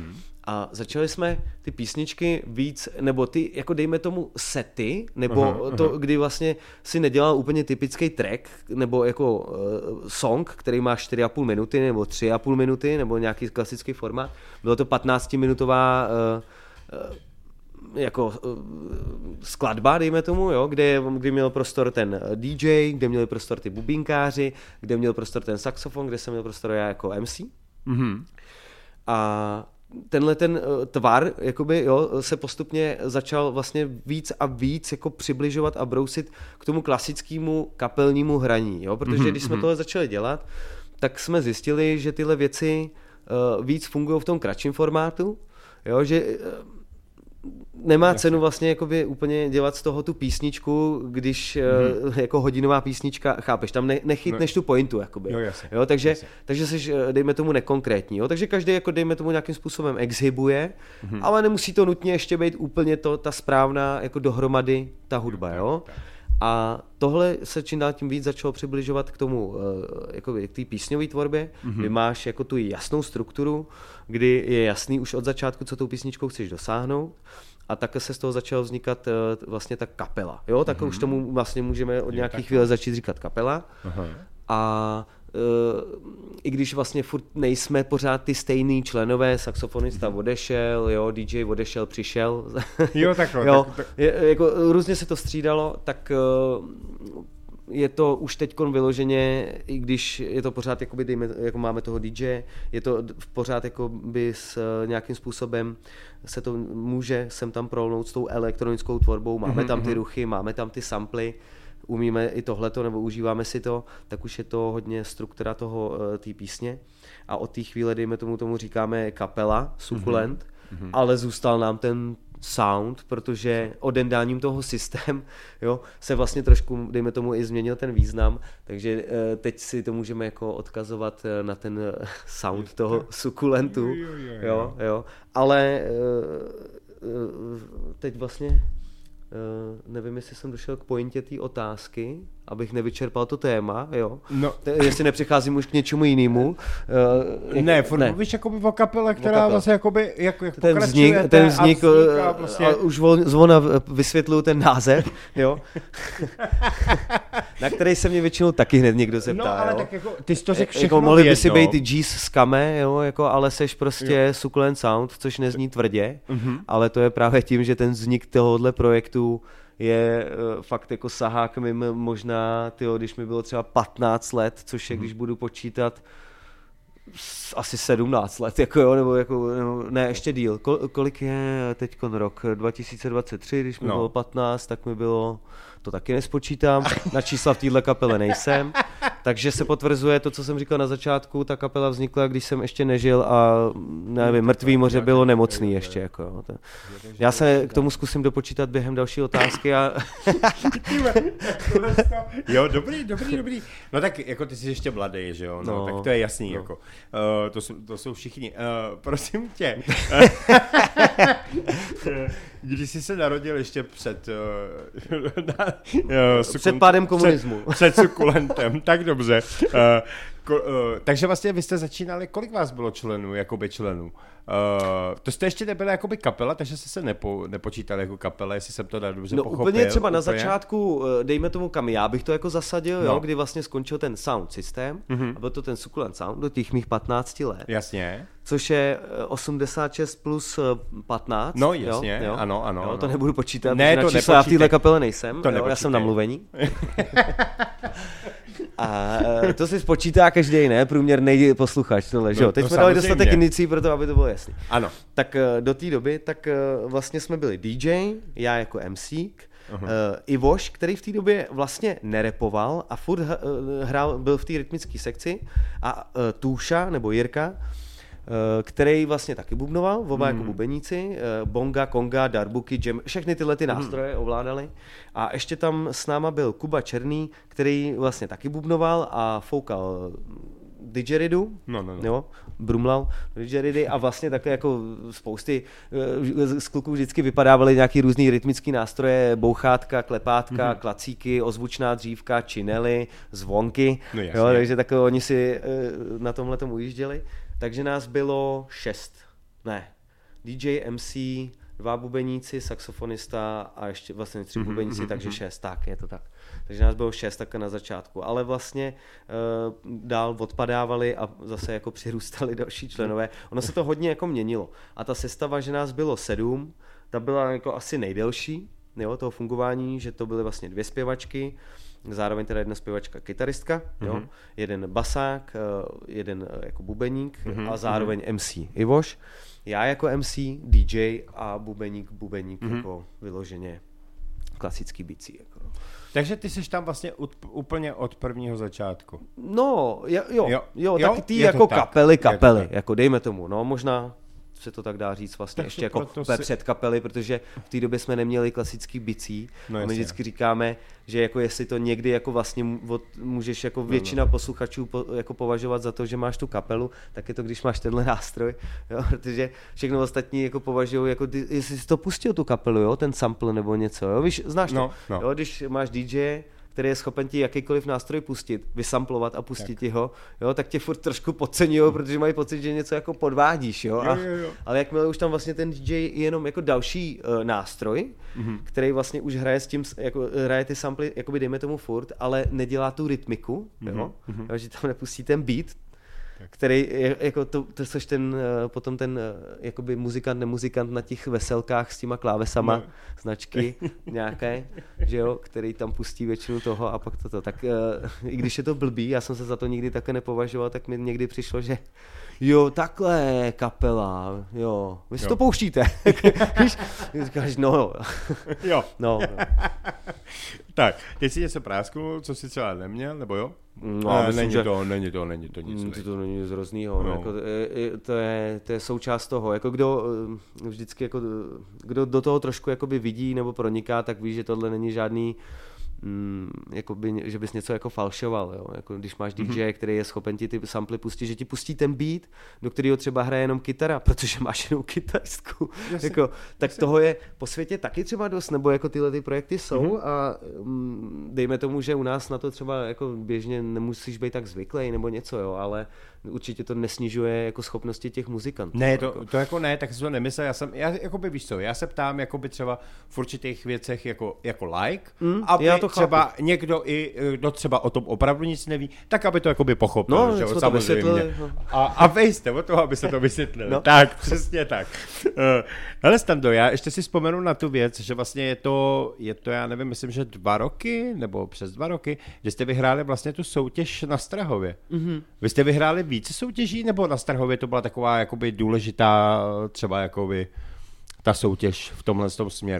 a začali jsme ty písničky víc, nebo ty, jako dejme tomu sety, nebo kdy vlastně si nedělal úplně typický track, nebo jako song, který má 4,5 minuty, nebo 3,5 minuty, nebo nějaký klasický formát. Bylo to 15-minutová jako skladba, dejme tomu, jo, kde měl prostor ten DJ, kde měli prostor ty bubínkáři, kde měl prostor ten saxofon, kde jsem měl prostor já jako MC. A tenhle ten tvar jakoby, jo, se postupně začal vlastně víc a víc jako přibližovat a brousit k tomu klasickému kapelnímu hraní, jo, protože když jsme tohle začali dělat, tak jsme zjistili, že tyhle věci víc fungují v tom kratším formátu, jo, že nemá cenu vlastně jakoby úplně dělat z toho tu písničku, když jako hodinová písnička, chápeš, tam nechytneš tu pointu, jakoby. Jo, takže seš, dejme tomu, nekonkrétní. Jo? Takže každý, jako dejme tomu, nějakým způsobem exhibuje, ale nemusí to nutně ještě být úplně ta správná jako dohromady ta hudba, jo. A tohle se čím dál tím víc začalo přibližovat k tomu, jakoby, k té písňové tvorbě, kdy máš jako tu jasnou strukturu, kdy je jasný už od začátku, co tou písničkou chceš dosáhnout. A takhle se z toho začala vznikat vlastně ta kapela. Jo, tak už tomu vlastně můžeme od nějakých chvíle začít říkat kapela. A i když vlastně furt nejsme pořád ty stejný členové, saxofonista odešel, jo, DJ odešel, přišel. Jo, takhle. Jo, jako různě se to střídalo, tak je to už teďkon vyloženě, i když je to pořád, jakoby, dejme, jako máme toho DJ, je to pořád jakoby s nějakým způsobem se to může sem tam prolnout s tou elektronickou tvorbou, máme tam ty ruchy, máme tam ty samply, umíme i tohleto, nebo užíváme si to, tak už je to hodně struktura toho, té písně a od té chvíle, dejme tomu říkáme kapela, Sukulent, ale zůstal nám ten sound, protože odendáním toho systému, jo, se vlastně trošku, dejme tomu, i změnil ten význam, takže teď si to můžeme jako odkazovat na ten sound toho Sukulentu, jo, ale teď vlastně nevím, jestli jsem došel k pointě té otázky, abych nevyčerpal to téma, jo. No. Jestli nepřicházím už k něčemu jinému. Víš, jakoby o kapele, která vlastně jakoby, jak ten vznik a vlastně... a už zvona vysvětluju ten název, jo. Na který se mě většinou taky hned někdo zeptá, no, ale jo. Tak jako, ty jsi to řekl všechno jako mohli by si být ty G's z Kame, jo, jako, ale seš prostě Sukulent Sound, což nezní tvrdě, ale to je právě tím, že ten vznik tohohle projektu je fakt jako sahá k mým možná, když mi bylo třeba 15 let, což je, když budu počítat, asi 17 let, jako jo, nebo ne, ještě díl. Kolik je teďkon rok? 2023, když mi bylo 15, tak mi bylo to taky nespočítám, na čísla v téhle kapele nejsem, takže se potvrzuje to, co jsem říkal na začátku, ta kapela vznikla, když jsem ještě nežil a nevím, Mrtvý moře bylo nemocný ještě. Jako, jo. Já se k tomu zkusím dopočítat během další otázky a... Jo, dobrý. No tak jako ty jsi ještě mladý, že jo, no, tak to je jasný, jako. To jsou všichni. Prosím tě, když jsi se narodil ještě před pádem komunismu. Před sukulentem, tak dobře. Takže vlastně vy jste začínali, kolik vás bylo členů, jakoby členů? To jste ještě nebyla jakoby kapela, takže jste se nepočítali jako kapela, jestli jsem to dobře pochopil. Úplně třeba na začátku, dejme tomu, kam já bych to jako zasadil, jo, kdy vlastně skončil ten sound systém, a byl to ten Sukulent Sound do těch mých 15 let. Jasně. Což je 86 plus 15. No jasně, jo? Ano. Jo, to nebudu počítat, ne, protože na čísla já v téhle kapele nejsem, já jsem namluvený. A to si spočítá každý, ne? Průměrný posluchač tohle, že jo? Teď jsme dali dostatek indicí pro to, aby to bylo jasný. Ano. Tak do té doby, tak vlastně jsme byli DJ, já jako MCík, Ivoš, který v té době vlastně nerepoval a furt byl v té rytmické sekci a Túša, nebo Jirka, který vlastně taky bubnoval, oba jako bubeníci, bonga, konga, darbuky, jam, všechny tyhle ty nástroje ovládali. A ještě tam s náma byl Kuba Černý, který vlastně taky bubnoval a foukal didgeridu, jo, brumlal didgeridy a vlastně také jako spousty z kluků vždycky vypadávaly nějaký různý rytmický nástroje, bouchátka, klepátka, klacíky, ozvučná dřívka, činely, zvonky, jo, takže takové oni si na tomhletom ujížděli. Takže nás bylo 6. Ne. DJ, MC, 2 bubeníci, saxofonista a ještě vlastně 3 bubeníci, takže 6. Tak, je to tak. Takže nás bylo 6 tak na začátku. Ale vlastně dál odpadávali a zase jako přirůstali další členové. Ono se to hodně jako měnilo. A ta sestava, že nás bylo 7, ta byla jako asi nejdelší, jo, toho fungování, že to byly vlastně 2 zpěvačky, zároveň teda 1 zpěvačka, kytaristka, jo? 1 basák, 1 jako bubeník a zároveň MC Ivoš. Já jako MC, DJ a bubeník jako vyloženě klasický bicí. Jako. Takže ty jsi tam vlastně úplně od prvního začátku. No, jo, tak ty jako tak. kapely, jako dejme tomu, no možná se to tak dá říct vlastně tak ještě jako před kapely, protože v té době jsme neměli klasický bicí a my vždycky říkáme, že jako jestli to někdy jako vlastně můžeš jako většina posluchačů jako považovat za to, že máš tu kapelu, tak je to, když máš tenhle nástroj, jo, protože všechno ostatní jako považují, jako jestli jsi to pustil tu kapelu, jo, ten sample nebo něco, jo, víš, znáš to, jo, když máš DJ, který je schopen ti jakýkoliv nástroj pustit, vysamplovat a pustit ti ho, jo, tak tě furt trošku podceňujou, protože mají pocit, že něco jako podvádíš, jo. Ale jakmile už tam vlastně ten DJ je jenom jako další nástroj, který vlastně už hraje s tím, jako hraje ty samply, jakoby dejme tomu furt, ale nedělá tu rytmiku, jo, že tam nepustí ten beat, který jako to což ten potom ten jakoby muzikant, nemuzikant na těch veselkách s těma klávesama, značky nějaké, že jo, který tam pustí většinu toho a pak toto. Tak i když je to blbý, já jsem se za to nikdy také nepovažoval, tak mi někdy přišlo, že jo, takhle kapela, jo, vy si to pouštíte. Víš, říkáš, no. Jo. No. Tak, teď si něco prásknul, co si třeba neměl, nebo jo? No, myslím, není to nic. To není nic hroznýho, no. Jako, to je součást toho, jako kdo vždycky, jako, kdo do toho trošku jakoby vidí nebo proniká, tak ví, že tohle není žádný jakoby, že bys něco jako falšoval, jo? Jako když máš DJ, který je schopen ti ty samply pustit, že ti pustí ten beat, do kterého třeba hraje jenom kytara, protože máš jenom kytaristku. Jako, tak toho je po světě taky třeba dost, nebo jako tyhle ty projekty jsou a dejme tomu, že u nás na to třeba jako běžně nemusíš být tak zvyklý nebo něco, jo, ale určitě to nesnižuje jako schopnosti těch muzikantů. Ne, to jako ne, tak jsem to nemyslel, já jakoby víš co, já se ptám jakoby třeba v určitých věcech jako like, aby třeba někdo i, kdo třeba o tom opravdu nic neví, tak aby to jakoby pochopil, no, že jsme samozřejmě. A vejste o toho, aby se to vysvětlili. No. Tak, přesně tak. Hele Stando, já ještě si vzpomenu na tu věc, že vlastně je to já nevím, myslím, že 2 roky, nebo přes 2 roky, že jste vyhráli vlastně tu soutěž na Strahově. Vy jste vyhráli více soutěží, nebo na Strahově to byla taková jakoby důležitá třeba jakoby ta soutěž v tomhle směru?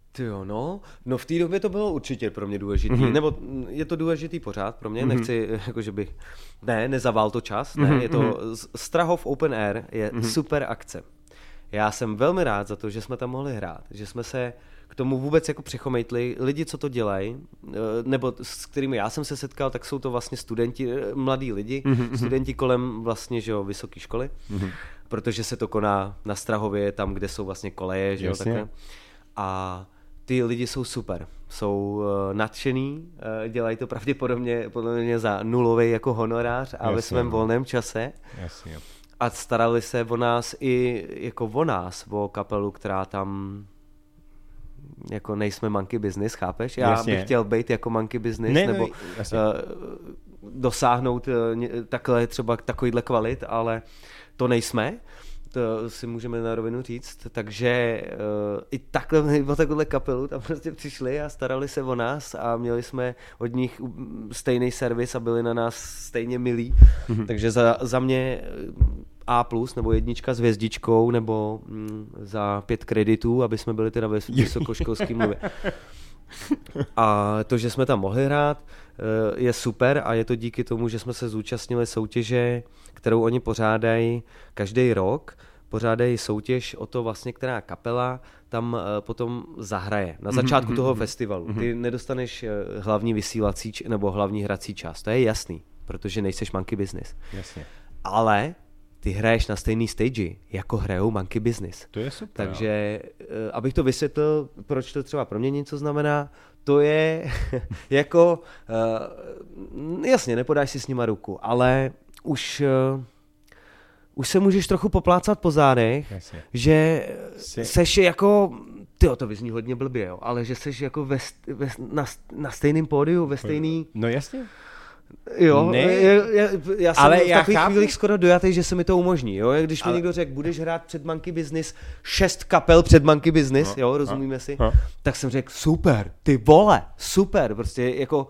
Tyjo, no v té době to bylo určitě pro mě důležitý, nebo je to důležitý pořád pro mě, nechci, jakože bych, nezavál to čas, je to, Strahov Open Air je super akce. Já jsem velmi rád za to, že jsme tam mohli hrát, že jsme se k tomu vůbec jako přechomejtli. Lidi, co to dělají, nebo s kterými já jsem se setkal, tak jsou to vlastně studenti, mladí lidi, studenti kolem vlastně, že jo, vysoké školy, protože se to koná na Strahově, tam, kde jsou vlastně koleje, že jo, takhle. A ty lidi jsou super, jsou nadšený, dělají to pravděpodobně podle mě za nulový jako honorář a ve svém volném čase. Jasně. A starali se o nás i jako o kapelu, která tam jako nejsme Monkey Business, chápeš? Já bych chtěl být jako Monkey Business, nebo dosáhnout takhle třeba takovýhle kvalit, ale to nejsme. To si můžeme na rovinu říct, takže i takhle o takovouhle kapelu tam prostě přišli a starali se o nás a měli jsme od nich stejný servis a byli na nás stejně milí, takže za mě A+, nebo 1 s hvězdičkou, nebo za 5 kreditů, aby jsme byli teda ve vysokoškolském mluvě. A to, že jsme tam mohli hrát, je super a je to díky tomu, že jsme se zúčastnili soutěže, kterou oni pořádají každý rok. Pořádají soutěž o to vlastně, která kapela tam potom zahraje na začátku toho festivalu. Ty nedostaneš hlavní vysílací nebo hlavní hrací čas, to je jasný, protože nejseš Monkey Business. Jasně. Ale ty hraješ na stejný stage, jako hrajou Monkey Business. To je super. Takže, abych to vysvětlil, proč to třeba pro mě něco znamená, to je jako, jasně, nepodáš si s nima ruku, ale už se můžeš trochu poplácat po zádech, jasně. Že seš jako, tyjo, to vyzní hodně blbě, jo, ale že seš jako na stejném pódiu, ve stejný... No jasně. Jo, já jsem v takových chvílích skoro dojatý, že se mi to umožní. Jo? Když mi někdo řekl, budeš hrát před Monkey Business, 6 kapel před Monkey Business, jo, rozumíme si, tak jsem řekl, super, ty vole, super, prostě jako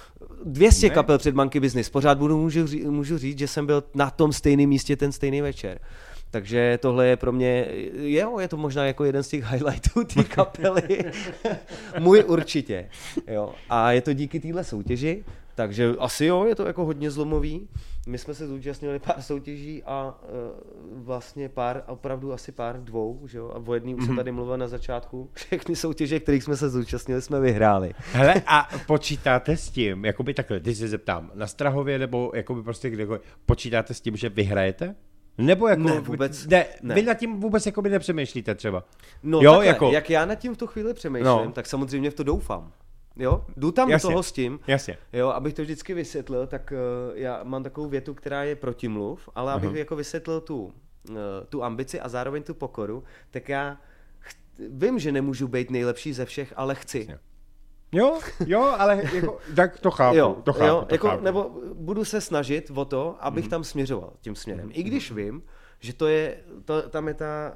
200 kapel před Monkey Business, pořád můžu říct, že jsem byl na tom stejném místě ten stejný večer. Takže tohle je pro mě, je to možná jako jeden z těch highlightů té kapely, můj určitě. Jo. A je to díky téhle soutěži, takže asi je to jako hodně zlomový. My jsme se zúčastnili pár soutěží a vlastně opravdu asi pár, 2, že jo? A o jedný už se tady mluvil na začátku. Všechny soutěže, kterých jsme se zúčastnili, jsme vyhráli. Hele, a počítáte s tím, jakoby takhle, když se zeptám, na Strahově nebo jakoby prostě kdekoliv, počítáte s tím, že vyhrajete? Nebo jako, ne, vůbec, ne. Vy nad tím vůbec jakoby nepřemýšlíte třeba? No jo, takhle, jako... jak já nad tím v tu chvíli přemýšlím, tak samozřejmě v to doufám. Jo, jdu tam do toho s tím, jo, abych to vždycky vysvětlil, tak já mám takovou větu, která je protimluv, ale abych jako vysvětlil tu ambici a zároveň tu pokoru, tak já vím, že nemůžu být nejlepší ze všech, ale chci. Jo, ale jako, tak to chápu, to chápu. Nebo budu se snažit o to, abych tam směřoval tím směrem. I když vím, že tam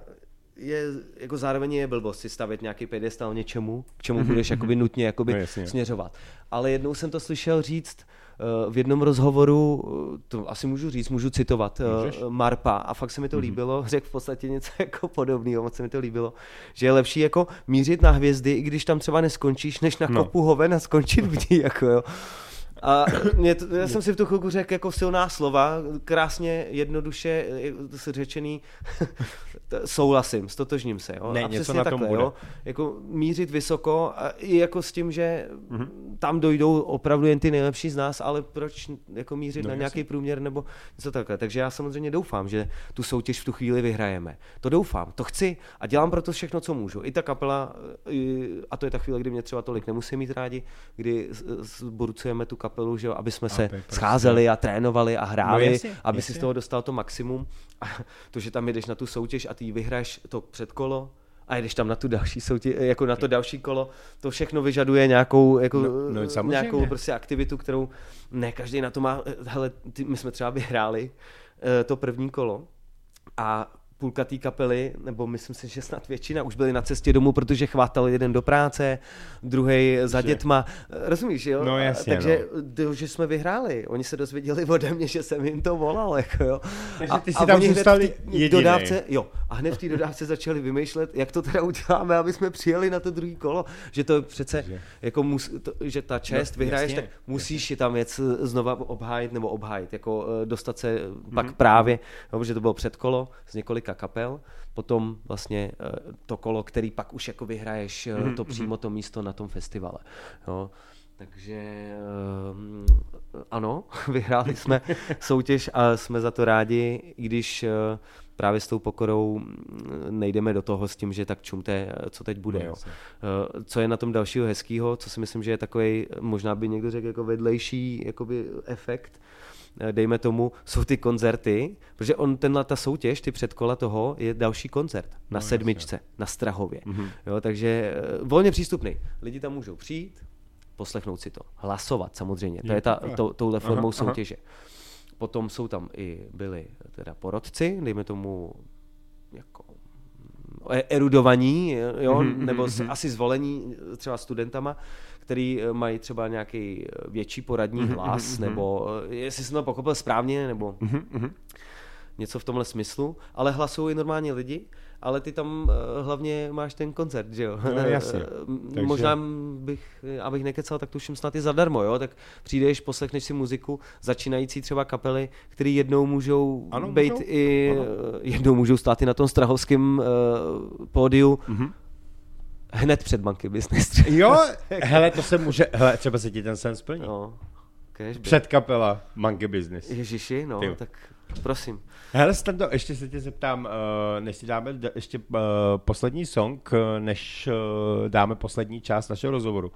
je jako zároveň je blbost si stavět nějaký pedestal něčemu, k čemu budeš jakoby nutně jakoby směřovat. Ale jednou jsem to slyšel říct v jednom rozhovoru, to asi můžu citovat, Marpa, a fakt se mi to líbilo, řekl v podstatě něco jako podobného, moc se mi to líbilo, že je lepší jako mířit na hvězdy, i když tam třeba neskončíš, než na kopu hoven a skončit v ní, jako jo. A já jsem si v tu chvilku řekl jako silná slova, krásně, jednoduše řečený, souhlasím, stotožním se. Jo? Ne, a něco na tom bude. Jo? Jako mířit vysoko a i jako s tím, že tam dojdou opravdu jen ty nejlepší z nás, ale proč jako mířit na nějaký průměr nebo něco takhle. Takže já samozřejmě doufám, že tu soutěž v tu chvíli vyhrajeme. To doufám, to chci a dělám pro to všechno, co můžu. I ta kapela, a to je ta chvíle, kdy mě třeba tolik nemusí mít rádi, kdy zburcujeme tu kapelu, že jo, aby jsme se scházeli a trénovali a hráli, aby si z toho dostal to maximum. A to, že tam jdeš na tu soutěž a ty vyhraješ to předkolo a jdeš tam na tu další soutěž, jako na to další kolo, to všechno vyžaduje nějakou, jako, nějakou prostě aktivitu, kterou ne každý na to má. Hele, my jsme třeba vyhráli to první kolo a půlka té kapely, nebo myslím si, že snad většina, už byli na cestě domů, protože chvátal jeden do práce, druhej za dětma. Rozumíš, jo? No jasně, takže že jsme vyhráli. Oni se dozvěděli ode mě, že jsem jim to volal, jako jo. Takže ty si tam zůstali jedinej. Dodávce, jo. a hned v té dodávce začali vymýšlet, jak to teda uděláme, aby jsme přijeli na to druhý kolo, že to přece, jako že ta čest vyhraješ, tak musíš je tam věc znova obhájit, jako dostat se pak právě, protože to bylo předkolo z několika kapel, potom vlastně to kolo, který pak už jako vyhraješ to přímo to místo na tom festivale. Jo. Takže ano, vyhráli jsme soutěž a jsme za to rádi, i když právě s tou pokorou nejdeme do toho s tím, že tak čumte, co teď bude. Jo. Co je na tom dalšího hezkýho, co si myslím, že je takovej, možná by někdo řekl jako vedlejší jakoby efekt, dejme tomu, jsou ty koncerty, protože ta soutěž, ty předkola toho, je další koncert na sedmičce, na Strahově. Jo, takže volně přístupný. Lidi tam můžou přijít, poslechnout si to, hlasovat samozřejmě, to je touhle formou soutěže. Potom jsou tam byli teda porotci, dejme tomu jako erudovaní, jo, nebo asi zvolení třeba studentama, který mají třeba nějaký větší poradní hlas, nebo jestli jsem to pochopil správně, nebo něco v tomhle smyslu, ale hlasují i normální lidi, ale ty tam hlavně máš ten koncert, že jo? No, jasně. Takže... Možná abych nekecal, tak tuším snad i zadarmo, jo? Tak přijdeš, poslechneš si muziku, začínající třeba kapely, který jednou můžou být i, jednou můžou stát i na tom strahovském pódiu, hned před Monkey Business. Jo, hele, to se může, hele, třeba se ti ten sen splní. No, před kapela Monkey Business. Ježiši, no, tak prosím. Hele, Stando, ještě se tě zeptám, než si dáme ještě poslední song, než dáme poslední část našeho rozhovoru.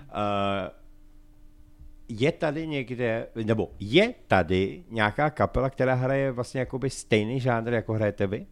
Je tady někde, nebo je tady nějaká kapela, která hraje vlastně jakoby stejný žánr, jako hrajete vy?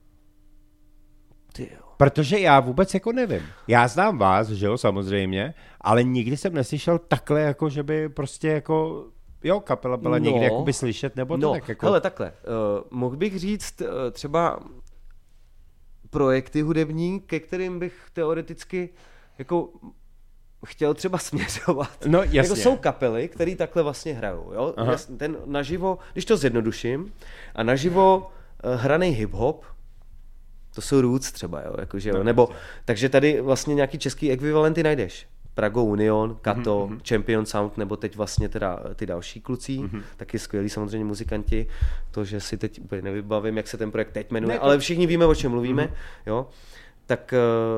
Protože já vůbec jako nevím. Já znám vás, že jo, samozřejmě, ale nikdy jsem neslyšel takhle, jako že by prostě jako, jo, kapela byla někde jakoby slyšet, nebo to tak jako... Hele, takhle, mohl bych říct třeba projekty hudební, ke kterým bych teoreticky jako chtěl třeba směřovat. No jasně. Jako jsou kapely, které takhle vlastně hrajou, jo. Ten naživo, když to zjednoduším, a naživo hranej hip-hop, to jsou Roots třeba, jo, jakože, jo. Nebo, takže tady vlastně nějaký český ekvivalenty najdeš. Prago Union, Kato, Champion Sound, nebo teď vlastně teda ty další kluci, taky skvělí samozřejmě muzikanti, to, že si teď úplně nevybavím, jak se ten projekt teď jmenuje, ale všichni víme, o čem mluvíme, jo. Tak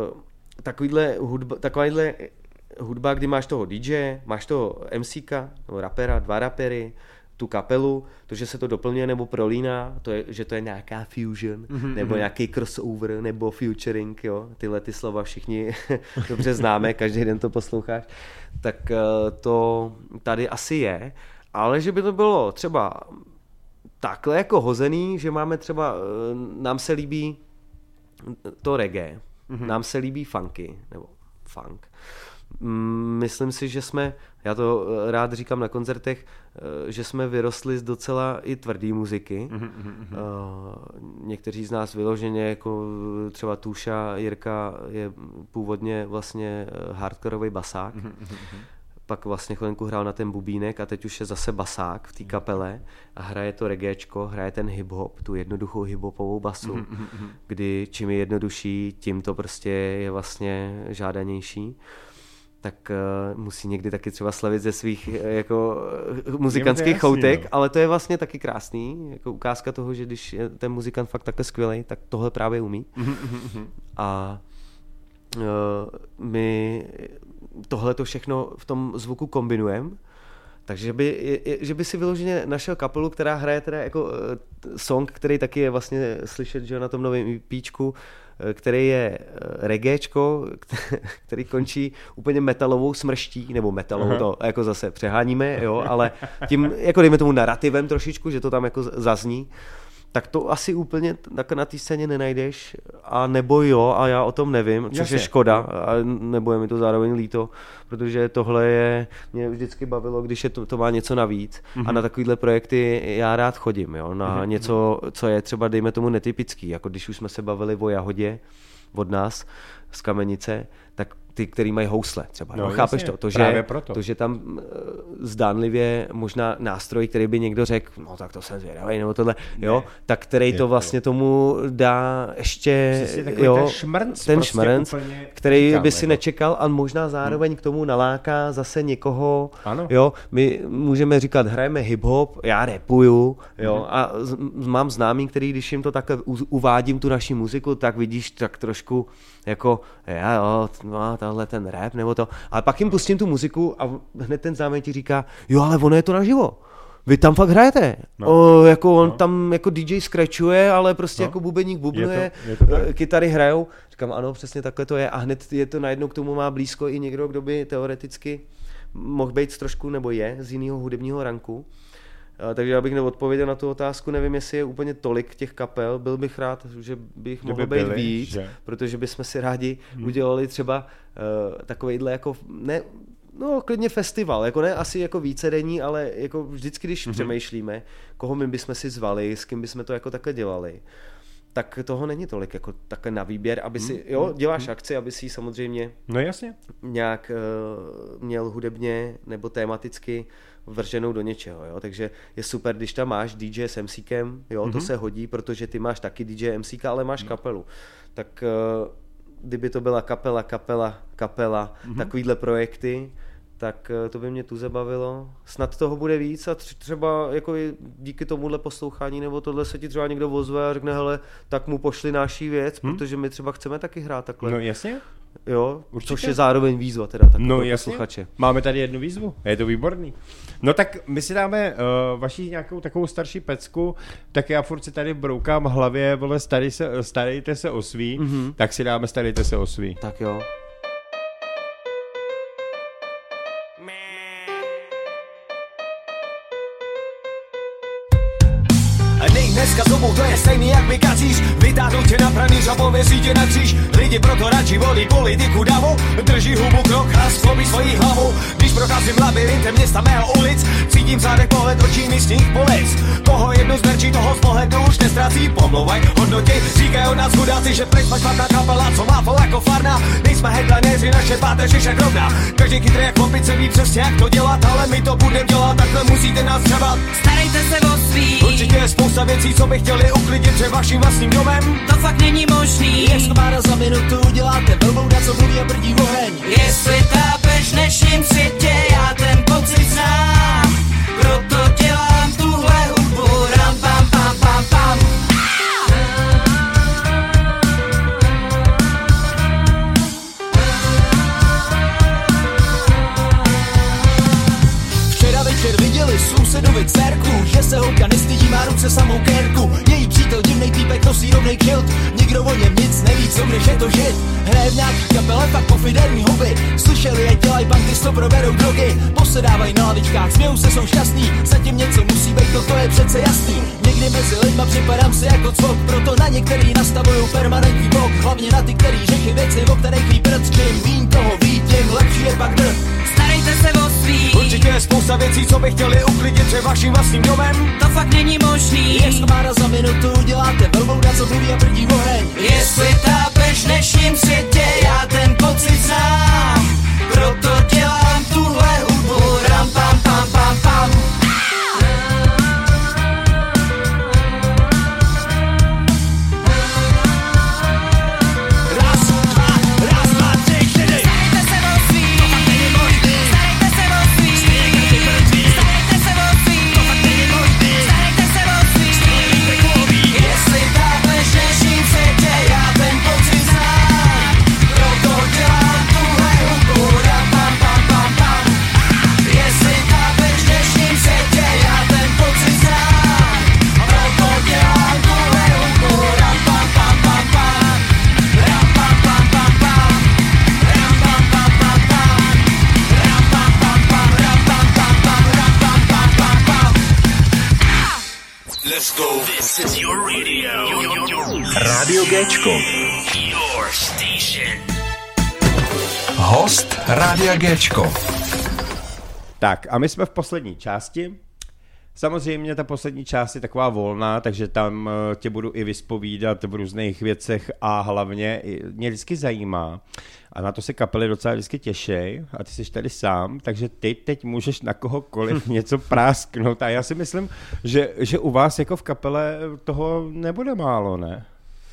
takovýhle hudba, kdy máš toho DJ, máš toho MCka, nebo rapera, 2 rapery, tu kapelu, to, že se to doplňuje nebo prolíná, že to je nějaká fusion, nebo nějaký crossover, nebo featuring, jo, tyhle ty slova všichni dobře známe, každý den to posloucháš, tak to tady asi je, ale že by to bylo třeba takhle jako hozený, že máme třeba, nám se líbí to reggae, nám se líbí funky, nebo funk. Myslím si, že já to rád říkám na koncertech, že jsme vyrostli z docela i tvrdý muziky. Někteří z nás vyloženě, jako třeba Tuša, Jirka je původně vlastně hardkorový basák. Pak vlastně chvilku hrál na ten bubínek a teď už je zase basák v té kapele a hraje to reggaečko, hraje ten hip-hop, tu jednoduchou hip-hopovou basu, kdy čím je jednodušší, tím to prostě je vlastně žádanější. Tak musí někdy taky třeba slavit ze svých jako muzikantských choutek, ale to je vlastně taky krásný, jako ukázka toho, že když je ten muzikant fakt takhle skvělej, tak tohle právě umí. A my tohle to všechno v tom zvuku kombinujeme, takže že by si vyloženě našel kapelu, která hraje teda jako song, který taky je vlastně slyšet, že na tom novém EPčku, který je reggaečko, který končí úplně metalovou smrští, nebo metalovou, to jako zase přeháníme, jo, ale tím, jako dejme tomu narrativem trošičku, že to tam jako zazní, tak to asi úplně tak na té scéně nenajdeš, a nebo jo, a já o tom nevím, což je škoda, a nebo je mi to zároveň líto, protože tohle mě vždycky bavilo, když to má něco navíc, a na takovýhle projekty já rád chodím, jo, na něco, co je třeba, dejme tomu, netypický, jako když už jsme se bavili o Jahodě od nás z Kamenice, tak ty, který mají housle třeba. No, chápeš jasně, to, že tam zdánlivě možná nástroj, který by někdo řekl, no tak to jsem zvědavý, nebo tohle, jo, tak který to vlastně tomu dá ještě, jo, ten šmrnc, který by si nečekal a možná zároveň k tomu naláká zase někoho, jo, my můžeme říkat, hrajeme hip-hop, já rapuju, jo, a mám známý, který když jim to takhle uvádím tu naši muziku, tak vidíš tak trošku jako, no, tahle ten rap nebo to, ale pak jim pustím tu muziku a hned ten známý ti říká, jo, ale ono je to naživo. Vy tam fakt hrajete. Jako on tam jako DJ scratchuje, ale prostě jako bubeník bubnuje, kytary hrajou. Říkám, ano, přesně takhle to je a hned je to najednou k tomu má blízko i někdo, kdo by teoreticky mohl být trošku nebo je z jiného hudebního ranku. Takže já bych neodpověděl na tu otázku, nevím, jestli je úplně tolik těch kapel, byl bych rád, že bych mohl být víc, protože bychom si rádi udělali třeba takovejhle jako, ne, no klidně festival, jako ne asi jako vícedenní, ale jako vždycky, když přemýšlíme, koho my bychom si zvali, s kým bychom to jako takhle dělali, tak toho není tolik jako takhle na výběr, aby si, děláš akci, aby si samozřejmě nějak měl hudebně nebo tematicky vrženou do něčeho, jo? Takže je super, když tam máš DJ s MCkem, jo, to se hodí, protože ty máš taky DJ MCka, ale máš kapelu, tak kdyby to byla kapela, takovýhle projekty, tak to by mě tu zabavilo. Snad toho bude víc a třeba jako díky tomuhle poslouchání nebo tohle se ti třeba někdo ozve a řekne, hele, tak mu pošli naší věc, protože my třeba chceme taky hrát takhle. No jasně. Jo, což je zároveň výzva teda takového posluchače. Máme tady jednu výzvu, je to výborný. No tak my si dáme vaši nějakou takovou starší pecku, tak já furt si tady broukám v hlavě, vole, starejte se o svý, tak si dáme starejte se o svý. Tak jo. Dneska zobou to je stejný jak mi kacíš, vytáhnou tě na pranýř a pověří tě na kříž. Lidi proto radši volí politiku davu, drží hubu krok a sklopí svoji hlavu. Když procházím labirintem města mého ulic, cítím v zádech pohled očí místních polic. Koho jednu zmerčí, toho z pohledu už nestrácí, pomlouvaj hodnotě. Říkají od nás chudáci, že pryč máš špatná kapela, co má fol jako farna. Nejsme headlinéři, naše páteř je však rovná. Každý chytrý jak opice ví přesně jak to dělat, ale my to budeme dělat, takhle musíte nás třebat. Starejte se o svý. Určitě je spousta věcí, co by chtěli uklidit před vaším vlastním domem. To fakt není možný. Jestli mára za minutu děláte velbouda, co mluví a brdí oheň. Jestli tápeš v dnešním světě, já ten pocit znám. Proto dělám tuhle hudbu, ram pam pam pam pam. Včera večer viděli sousedovi dcerku, že se holka nestydí, má ruce samou kérku. Její přítel divnej týpek nosí rovnej kilt, nikdo o něm nic neví, co když je to žid. Hraje v nějaký kapele, fakt pofiderní hobby. Slyšeli, jak dělají banky, sto proberou drogy. Posedávají na lavičkách, smějou se, jsou šťastní. Zatím něco musí být, to je přece jasný. Někdy mezi lidma připadám si jako cvok, proto na některý nastavuju permanentní blok. Hlavně na ty, který řeky věci, o kterých ví prd. Čím vín toho ví, tím lepší je pak drd. Starejte se o svý. Určitě je spousta věcí, co by chtěli uklidit před vaším vlastním domem. To fakt není možný. Jestli mára za minutu děláte velbouda, co mluví a brdí oheň. Jestli tápeš v dnešním světě, já ten pocit znám. Proto dělám tuhle hudbu, ram pam pam pam pam. Raz, dva, tři, čtyři. Starejte se o svý. To fakt není možný. Starejte se o svý. Starejte se o svý. To fakt není možný. Starejte se o svý. Jestli tápeš v dnešním světě, já ten pocit znám. Proto dělám tuhle hudbu, ram pam pam pam pam. Jestli tápeš v dnešním světě, já ten pocit znám. Proto dělám tuhle hudbu, ram pam pam pam pam. Ram pam pam pam pam. Ram pam pam pam pam. Ram pam pam pam. Ram pam pam pam. Ram pam pam pam pam. Let's go. This is your radio. Radio Géčko. Your station. Host Rádia Géčko. Tak a my jsme v poslední části. Samozřejmě ta poslední část je taková volná, takže tam tě budu i vyspovídat v různých věcech a hlavně mě vždycky zajímá. A na to se kapely docela vždycky těšej a ty jsi tady sám, takže ty teď můžeš na kohokoliv něco prásknout a já si myslím, že u vás jako v kapele toho nebude málo, ne?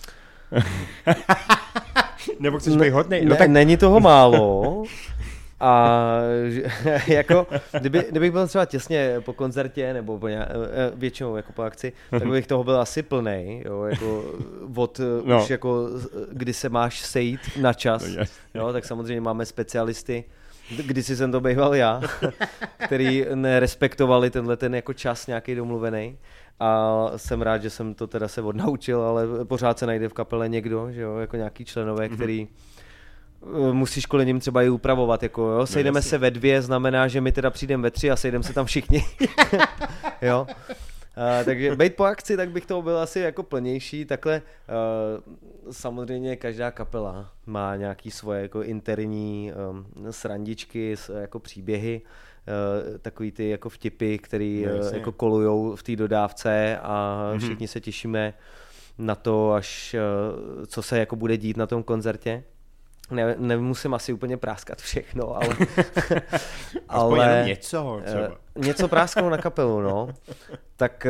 Nebo chceš být hodnej? No tak... Není toho málo. A jako, kdybych byl třeba těsně po koncertě, nebo většinou jako po akci, tak bych toho byl asi plnej, jo, jako už jako, kdy se máš sejít na čas, jo, tak samozřejmě máme specialisty, kdysi jsem to býval já, který nerespektovali ten jako čas nějaký domluvený. A jsem rád, že jsem to teda se odnaučil, ale pořád se najde v kapele někdo, že jo, jako nějaký členové, který musí školením třeba i upravovat, jako jo, sejdeme se ve 2, znamená, že my teda přijdeme ve 3 a sejdeme se tam všichni, jo. Takže být po akci, tak bych toho byl asi jako plnější, takhle samozřejmě každá kapela má nějaký svoje jako interní srandičky, jako příběhy, takový ty jako vtipy, který jako kolujou v té dodávce a všichni se těšíme na to, až co se jako bude dít na tom koncertě. Nemusím asi úplně práskat všechno, ale ale něco třeba. Něco prásknou na kapelu, no. Tak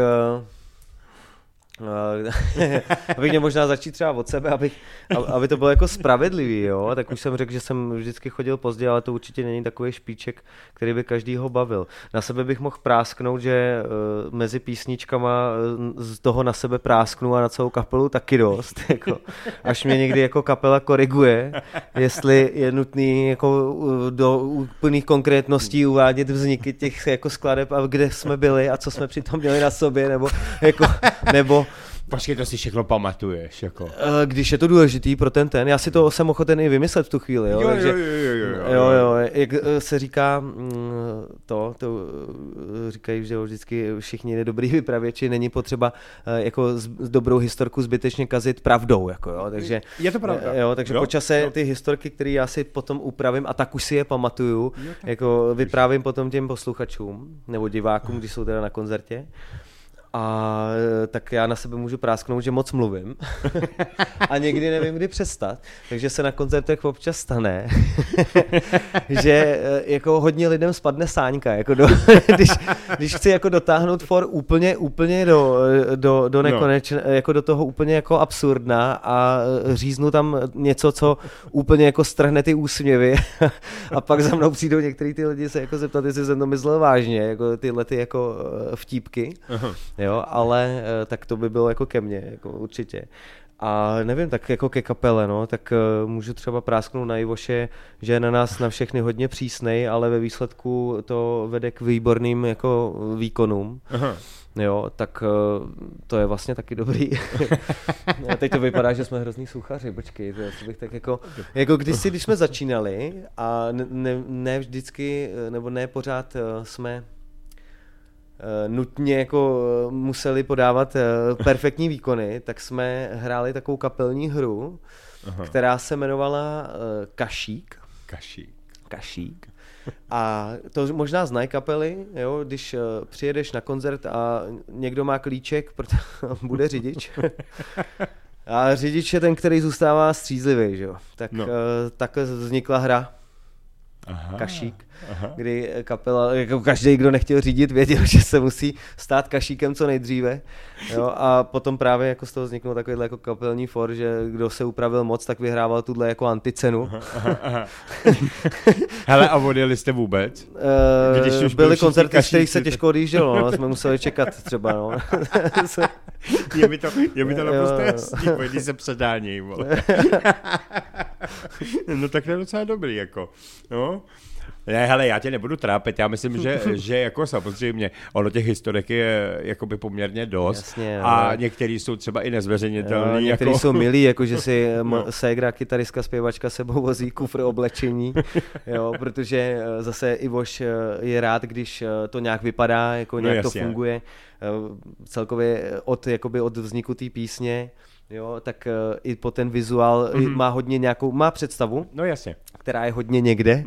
abych měl možná začít třeba od sebe, aby to bylo jako spravedlivý, jo. Tak už jsem řekl, že jsem vždycky chodil pozdě, ale to určitě není takový špiček, který by každýho bavil. Na sebe bych mohl prásknout, že mezi písničkama z toho na sebe prásknu a na celou kapelu taky dost. Jako, až mě někdy jako kapela koriguje, jestli je nutný jako do úplných konkrétností uvádět vzniky těch jako skladeb a kde jsme byli a co jsme přitom měli na sobě, nebo Počkej, to si všechno pamatuješ, jako. Když je to důležitý pro ten, já si to jsem ochoten i vymyslet v tu chvíli, jo. Jo, jak se říká, to říkají, že vždycky všichni dobrý vypravěči, není potřeba jako s dobrou historku zbytečně kazit pravdou, jako jo, takže. Je to pravda. Jo, takže po čase ty historky, které já si potom upravím a tak už si je pamatuju, jako vyprávím potom těm posluchačům nebo divákům, když jsou teda na koncertě. A tak já na sebe můžu prásknout, že moc mluvím a někdy nevím, kdy přestat, takže se na koncertech občas stane, že jako hodně lidem spadne sáňka, jako když chci jako dotáhnout for úplně do nekonečna, jako do toho úplně jako absurdna a říznu tam něco, co úplně jako strhne ty úsměvy a pak za mnou přijdou některý ty lidi se jako zeptat, jestli jsem to myslel vážně, jako tyhle ty jako vtípky. Jo, ale tak to by bylo jako ke mně, jako určitě. A nevím, tak jako ke kapele, no, tak můžu třeba prásknout na Ivoše, že je na nás na všechny hodně přísnej, ale ve výsledku to vede k výborným jako výkonům. Aha. Jo, tak to je vlastně taky dobrý. Teď to vypadá, že jsme hrozný suchaři, počkej, to bych tak jako kdysi, když jsme začínali a ne vždycky, nebo ne pořád jsme nutně jako museli podávat perfektní výkony, tak jsme hráli takovou kapelní hru, která se jmenovala Kašík. A to možná znají kapely, jo, když přijedeš na koncert a někdo má klíček, protože bude řidič. A řidič je ten, který zůstává střízlivý, že jo. Tak takhle vznikla hra Kašík. Kdy kapela, jako každý, kdo nechtěl řídit, věděl, že se musí stát kašíkem co nejdříve. Jo, a potom právě jako z toho vzniknul takovýhle jako kapelní for, že kdo se upravil moc, tak vyhrával tuhle jako anticenu. Hele, a odjeli jste vůbec? Když už byly koncerty, z kterých se těžko odjíždělo, no, jsme museli čekat třeba, no. je mi to naprosto jasný, pojď se předání, vole. No tak to je docela dobrý, jako, no. Ne, hele, já tě nebudu trápit, já myslím, že jako samozřejmě ono těch historek je jakoby poměrně dost. Jasně, a některý jsou třeba i nezveřejnitelný. Některý jsou milí, jako že si ségra, kytaristka, zpěvačka sebou vozí kufr oblečení, jo, protože zase Ivoš je rád, když to nějak vypadá, jako nějak to funguje. Celkově od vzniku té písně jo, tak i po ten vizuál má hodně má představu, No jasně. která je hodně někde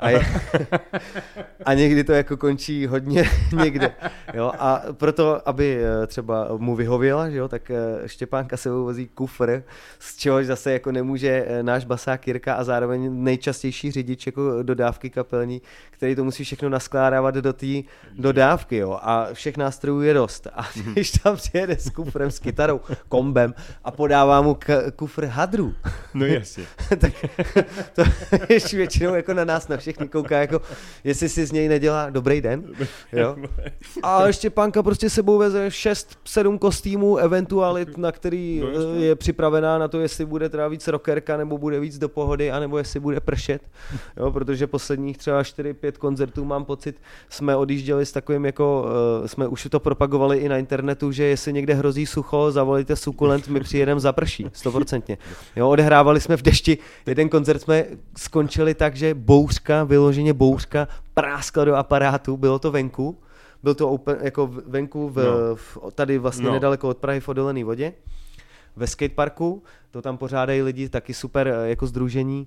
a někdy to jako končí hodně někde, jo, a proto, aby třeba mu vyhověla, že jo, tak Štěpánka se vozí kufr, z čehož zase jako nemůže náš basák Jirka a zároveň nejčastější řidič jako dodávky kapelní, který to musí všechno naskládávat do té dodávky, jo, a všech nástrojů je dost a když tam přijede s kufrem, s kytarou, kombem a podává mu kufr hadrů, No jasně. tak to ještě většinou jako na nás, na všechny kouká, jako jestli si z něj nedělá dobrý den, jo. A Štěpánka prostě sebou veze 6-7 kostýmů, eventualit, na který je připravená na to, jestli bude teda víc rockerka, nebo bude víc do pohody, anebo jestli bude pršet, jo, protože posledních třeba 4-5 koncertů mám pocit, jsme odjížděli s takovým jako, jsme už to propagovali i na internetu, že jestli někde hrozí sucho, zavolejte Sukulent, my přijedeme zaprší, 100%. Jo, odehrávali jsme v dešti, jeden koncert jsme skončili tak, že bouřka, vyloženě bouřka, práskla do aparátu, bylo to venku, byl to jako venku tady vlastně nedaleko od Prahy v Odolený vodě, ve skateparku, to tam pořádají lidi, taky super jako sdružení,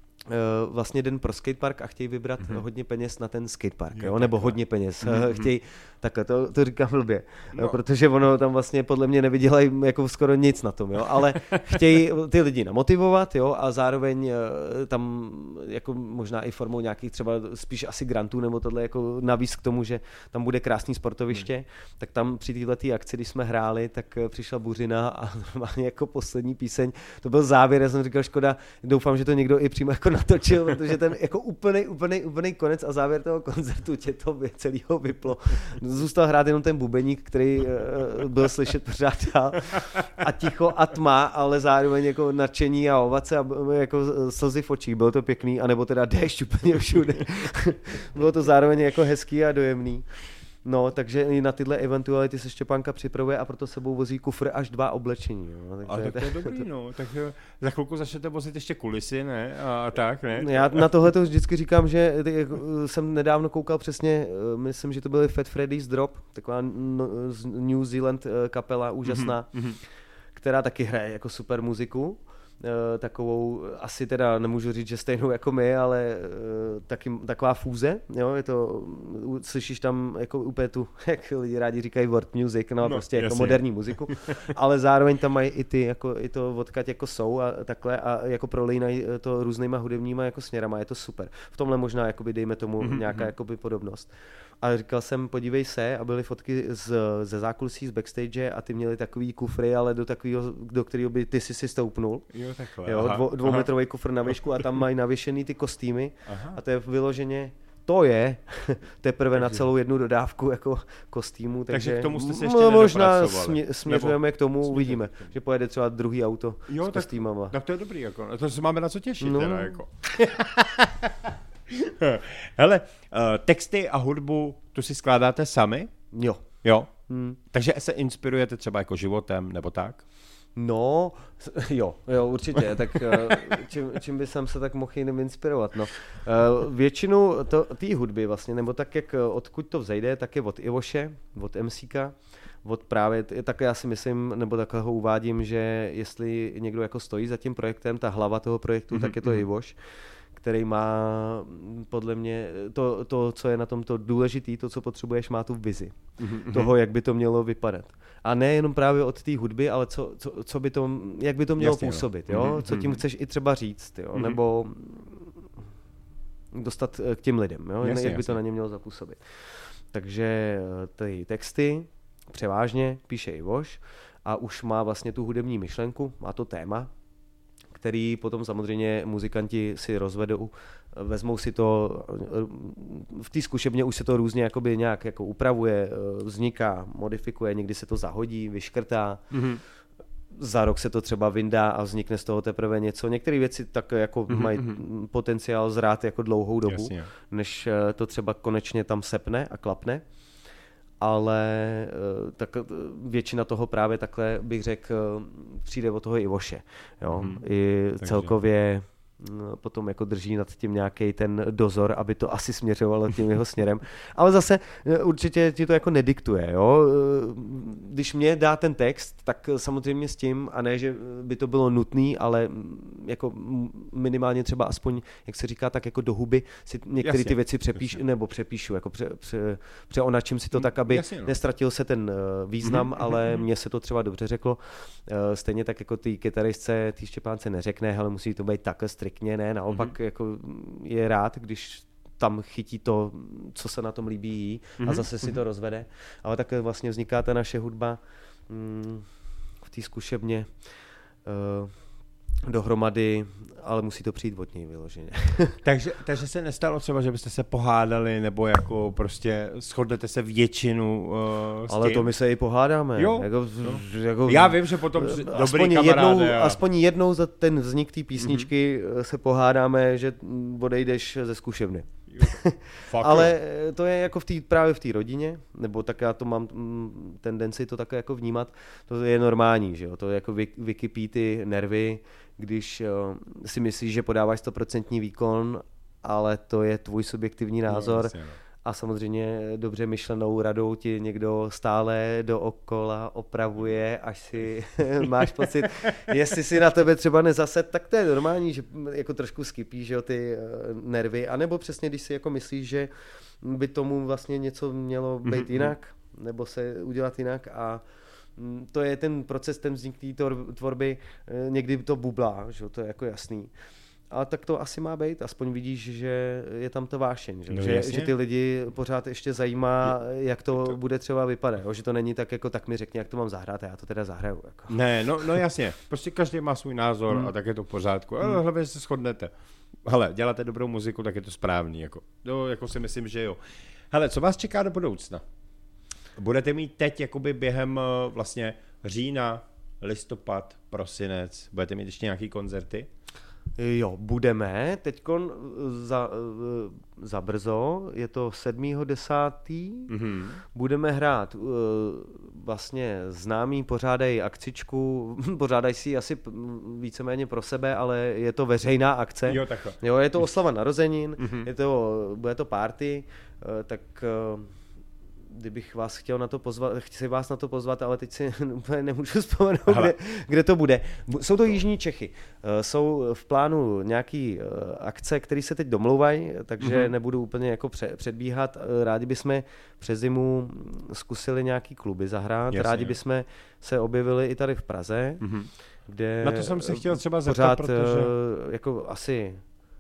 vlastně den pro skatepark a chtějí vybrat hodně peněz na ten skatepark, jo? Nebo hodně peněz, chtějí, takhle, to říkám blbě, protože ono tam vlastně podle mě nevydělají jako skoro nic na tom, jo? Ale chtějí ty lidi namotivovat, jo? A zároveň tam jako možná i formou nějakých třeba spíš asi grantů nebo tohle jako navíc k tomu, že tam bude krásný sportoviště, tak tam při této akci, když jsme hráli, tak přišla buřina a normálně jako poslední píseň, to byl závěr, já jsem říkal, škoda, doufám, že to někdo i přímo jako natočil, protože ten jako úplnej konec a závěr toho koncertu tě to celého vyplo. Zůstal hrát jenom ten bubeník, který byl slyšet pořád dál a ticho a tma, ale zároveň jako nadšení a ovace a jako slzy v očích, bylo to pěkný, anebo teda déšť úplně všude. Bylo to zároveň jako hezký a dojemný. No, takže i na tyhle eventuality se Štěpánka připravuje a proto sebou vozí kufr až 2 oblečení. Jo. A tak to je dobrý, no. Tak za chvilku začnete vozit ještě kulisy, ne? A tak, ne? Já na tohle to vždycky říkám, že jsem nedávno koukal přesně, myslím, že to byly Fat Freddy's Drop, taková z New Zealand kapela úžasná, která taky hraje jako super muziku. Takovou, asi teda nemůžu říct, že stejnou jako my, ale taky taková fúze, jo, je to, slyšíš tam jako úplně tu, jak lidi rádi říkají world music, no prostě jako moderní muziku, ale zároveň tam mají i ty, jako i to odkud jako jsou a takhle a jako prolejnají to různýma hudebníma jako směrama, je to super. V tomhle možná jakoby dejme tomu nějaká jakoby podobnost. A říkal jsem, podívej se, a byly fotky ze zákulisí, z backstage a ty měli takový kufry, ale do kterého by ty si stoupnul. Jo, takhle. Jo, dvoumetrový kufr na výšku a tam mají navěšený ty kostýmy a to je vyloženě, to je teprve na celou jednu dodávku jako kostýmu. Takže k tomu jste se ještě možná směřujeme k tomu, uvidíme, že pojede třeba druhý auto s kostýmama. Tak to je dobrý, jako, to se máme na co těšit. No. Teda, jako. Hele, texty a hudbu, tu si skládáte sami? Jo. Takže se inspirujete třeba jako životem, nebo tak? No, jo, určitě, tak čím by jsem se tak mohl jiným inspirovat, no. Většinu té hudby vlastně, nebo tak, jak odkud to vzejde, tak je od Ivoše, od MCka, od právě, tak já si myslím, nebo takhle ho uvádím, že jestli někdo jako stojí za tím projektem, ta hlava toho projektu, tak je to Ivoš, který má podle mě to, co je na tomto důležitý, to, co potřebuješ, má tu vizi toho, jak by to mělo vypadat. A ne jenom právě od té hudby, ale co by to, jak by to mělo působit, jo? Co tím chceš i třeba říct, jo? Nebo dostat k těm lidem, jo? Jak by to na ně mělo zapůsobit. Takže ty texty převážně píše Ivoš a už má vlastně tu hudební myšlenku, má to téma, který potom samozřejmě muzikanti si rozvedou, vezmou si to, v té zkušebně už se to různě jakoby nějak jako upravuje, vzniká, modifikuje, někdy se to zahodí, vyškrtá, za rok se to třeba vyndá a vznikne z toho teprve něco. Některé věci tak jako mají potenciál zrát jako dlouhou dobu, než to třeba konečně tam sepne a klapne. Ale tak většina toho právě takhle bych řekl přijde od toho Ivoše. Jo? I celkově potom jako drží nad tím nějaký ten dozor, aby to asi směřovalo tím jeho směrem. Ale zase určitě ti to jako nediktuje, jo. Když mě dá ten text, tak samozřejmě s tím, a ne, že by to bylo nutný, ale jako minimálně třeba aspoň, jak se říká, tak jako do huby si některé ty věci přepíšu, jako přeonačím si to tak, aby nestratil se ten význam, ale mně se to třeba dobře řeklo. Stejně tak jako ty kytaristce, ty Štěpánce neřekne, ale musí to být takhle striktně, ne, naopak jako je rád, když tam chytí to, co se na tom líbí jí a zase si to rozvede. Ale tak vlastně vzniká ta naše hudba v té zkušebně dohromady, ale musí to přijít od něj vyloženě. takže se nestalo třeba, že byste se pohádali, nebo jako prostě shodnete se většinu s ale tím? to my se i pohádáme. Jo. Jako, já vím, že potom dobrý kamaráde. Aspoň jednou za ten vznik té písničky se pohádáme, že odejdeš ze zkušebny. Ale to je jako právě v té rodině, nebo tak já to mám tendenci to také jako vnímat, to je normální, že jo, to jako vykypí ty nervy, když si myslíš, že podáváš 100% výkon, ale to je tvůj subjektivní názor. A samozřejmě dobře myšlenou radou ti někdo stále dookola opravuje, až si máš pocit, jestli si na tebe třeba nezased, tak to je normální, že jako trošku skypí, že jo, ty nervy, anebo přesně, když si jako myslíš, že by tomu vlastně něco mělo být jinak, nebo se udělat jinak a to je ten proces, ten vznik té tvorby, někdy to bublá, že jo, to je jako jasný. Ale tak to asi má být, aspoň vidíš, že je tam to vášeň, že ty lidi pořád ještě zajímá, jak to bude třeba vypadat, jo? Že to není tak jako tak mi řekni, jak to mám zahrát a já to teda zahraju. Jako. Ne, no jasně, prostě každý má svůj názor a tak je to v pořádku, ale hlavně se shodnete. Hele, děláte dobrou muziku, tak je to správný, jako si myslím, že jo. Hele, co vás čeká do budoucna? Budete mít teď jakoby během vlastně října, listopad, prosinec, budete mít ještě nějaký koncerty? Jo, budeme. Teďkon za brzo, je to 7.10. Budeme hrát, vlastně známí pořádají akcičku, pořádají si asi víceméně pro sebe, ale je to veřejná akce. Jo, takhle. Jo, je to oslava narozenin, bude to party, tak kdybych vás chtěl na to pozvat, chci vás na to pozvat, ale teď si úplně nemůžu vzpomenout, kde to bude. Jsou to Jižní Čechy. Jsou v plánu nějaký akce, které se teď domlouvají, takže nebudu úplně jako předbíhat. Rádi bychom přes zimu zkusili nějaký kluby zahrát. Jasně. Rádi bychom se objevili i tady v Praze, kde na to jsem se chtěl třeba zeptat, protože jako asi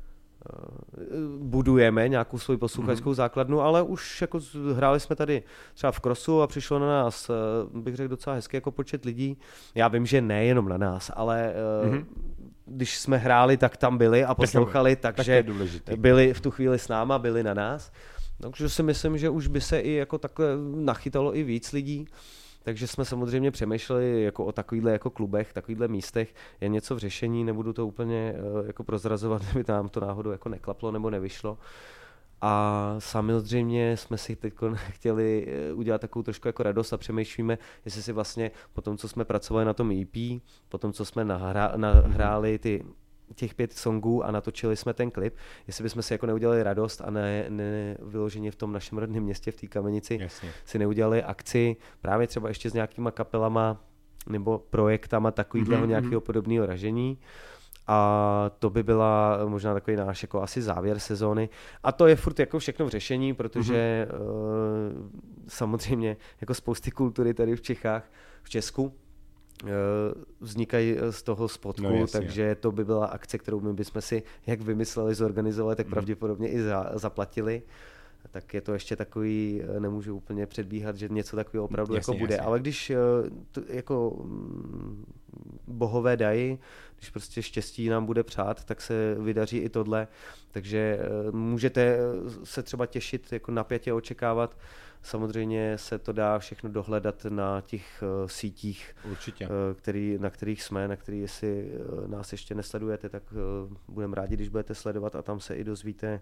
budujeme nějakou svoji posluchačskou základnu, ale už jako hráli jsme tady třeba v Krosu a přišlo na nás, bych řekl, docela hezký jako počet lidí. Já vím, že nejenom na nás, ale když jsme hráli, tak tam byli a poslouchali, takže byli v tu chvíli s náma, byli na nás. Takže si myslím, že už by se i jako takhle nachytalo i víc lidí. Takže jsme samozřejmě přemýšleli jako o takovýchhle jako klubech, takovýchhle místech. Je něco v řešení, nebudu to úplně jako prozrazovat, aby nám to náhodou jako neklaplo nebo nevyšlo. A samozřejmě jsme si teď chtěli udělat takovou trošku jako radost a přemýšlíme, jestli si vlastně po tom, co jsme pracovali na tom EP, po tom, co jsme nahráli těch 5 songů a natočili jsme ten klip, jestli bychom si jako neudělali radost a ne vyloženě v tom našem rodném městě, v té Kamenici, si neudělali akci právě třeba ještě s nějakýma kapelama nebo projektama takovýhleho nějakého podobného ražení. A to by byla možná takový náš jako asi závěr sezóny. A to je furt jako všechno v řešení, protože samozřejmě jako spousty kultury tady v Čechách, v Česku, vznikají z toho spotku, takže to by byla akce, kterou my bychom si jak vymysleli, zorganizovali, tak pravděpodobně i zaplatili. Tak je to ještě takový, nemůžu úplně předbíhat, že něco takového opravdu jako bude. Ale když jako bohové dají, když prostě štěstí nám bude přát, tak se vydaří i tohle. Takže můžete se třeba těšit, jako napjatě očekávat. Samozřejmě se to dá všechno dohledat na těch sítích, na kterých jsme, na kterých jestli nás ještě nesledujete, tak budeme rádi, když budete sledovat a tam se i dozvíte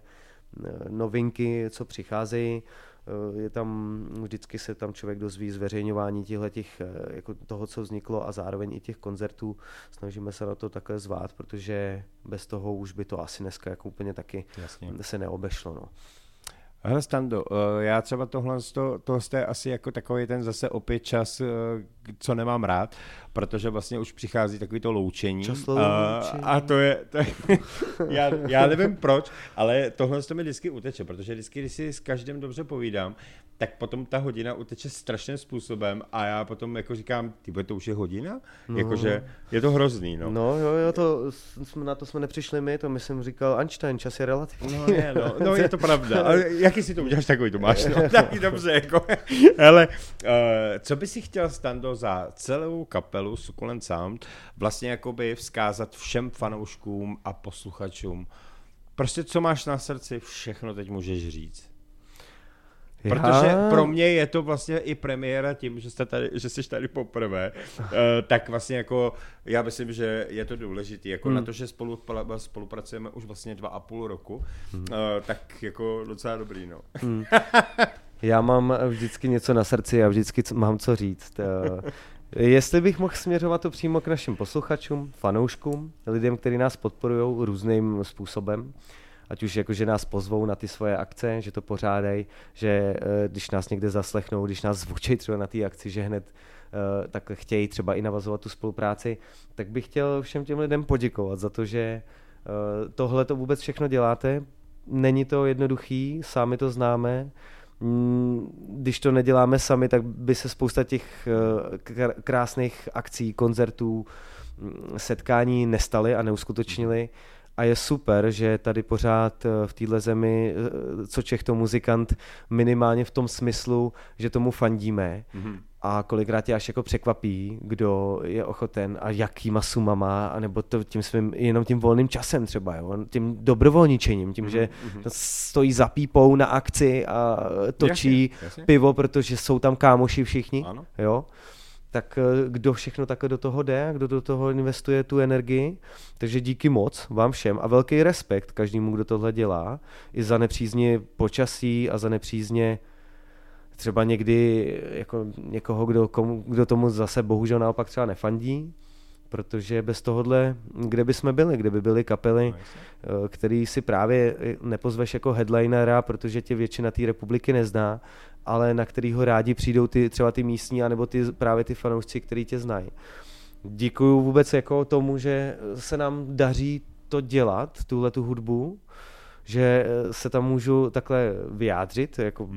novinky, co přicházejí. Je tam, vždycky se tam člověk dozví zveřejňování těch jako toho, co vzniklo a zároveň i těch koncertů. Snažíme se na to takhle zvát, protože bez toho už by to asi dneska jako úplně taky se neobešlo. No. Hele Stando, já třeba tohle je asi jako takový ten zase opět čas, co nemám rád, protože vlastně už přichází takový to loučení. A to je já nevím proč, ale tohle mi vždycky uteče, protože vždycky, když si s každým dobře povídám, tak potom ta hodina uteče strašným způsobem a já potom jako říkám, to už je hodina? No. Jakože je to hrozný, no. No jo, na to jsme nepřišli my, to myslím říkal Einstein, čas je relativní. No je to pravda. A jaký si to uděláš, takový to máš, no. Taky dobře, jako. Hele, co by si chtěl, Stando, za celou kapelu Succulent Sound vlastně jakoby vzkázat všem fanouškům a posluchačům? Prostě co máš na srdci, všechno teď můžeš říct. Protože pro mě je to vlastně i premiéra tím, že jsi tady poprvé, tak vlastně jako já myslím, že je to důležitý, jako na to, že spolupracujeme už vlastně 2,5 roku, tak jako docela dobrý, no. Já mám vždycky něco na srdci a vždycky mám co říct. Jestli bych mohl směřovat to přímo k našim posluchačům, fanouškům, lidem, kteří nás podporují různým způsobem, ať už jako, že nás pozvou na ty svoje akce, že to pořádají, že když nás někde zaslechnou, když nás zvučí třeba na té akci, že hned tak chtějí třeba i navazovat tu spolupráci, tak bych chtěl všem těm lidem poděkovat za to, že tohle to vůbec všechno děláte. Není to jednoduchý, sami to známe. Když to neděláme sami, tak by se spousta těch krásných akcí, koncertů, setkání nestaly a neuskutečnily. A je super, že tady pořád v téhle zemi, co Čech to muzikant, minimálně v tom smyslu, že tomu fandíme. A kolikrát tě až jako překvapí, kdo je ochoten a jakýma sumama, anebo to jenom tím volným časem třeba, jo? Tím dobrovolničením, tím, že stojí za pípou na akci a točí jasně. Pivo, protože jsou tam kámoši všichni. Ano. Jo? Tak kdo všechno takhle do toho jde, kdo do toho investuje tu energii. Takže díky moc vám všem a velký respekt každému, kdo tohle dělá, i za nepřízně počasí a za nepřízně třeba někdy jako někoho, kdo tomu zase bohužel naopak třeba nefandí, protože bez tohohle, kde by jsme byli, kde by byly kapely, který si právě nepozveš jako headlinera, protože tě většina té republiky nezná, ale na kterýho rádi přijdou třeba ty místní, anebo právě ty fanoušci, který tě znají. Děkuju vůbec jako tomu, že se nám daří to dělat, tuhletu hudbu, že se tam můžu takhle vyjádřit, jako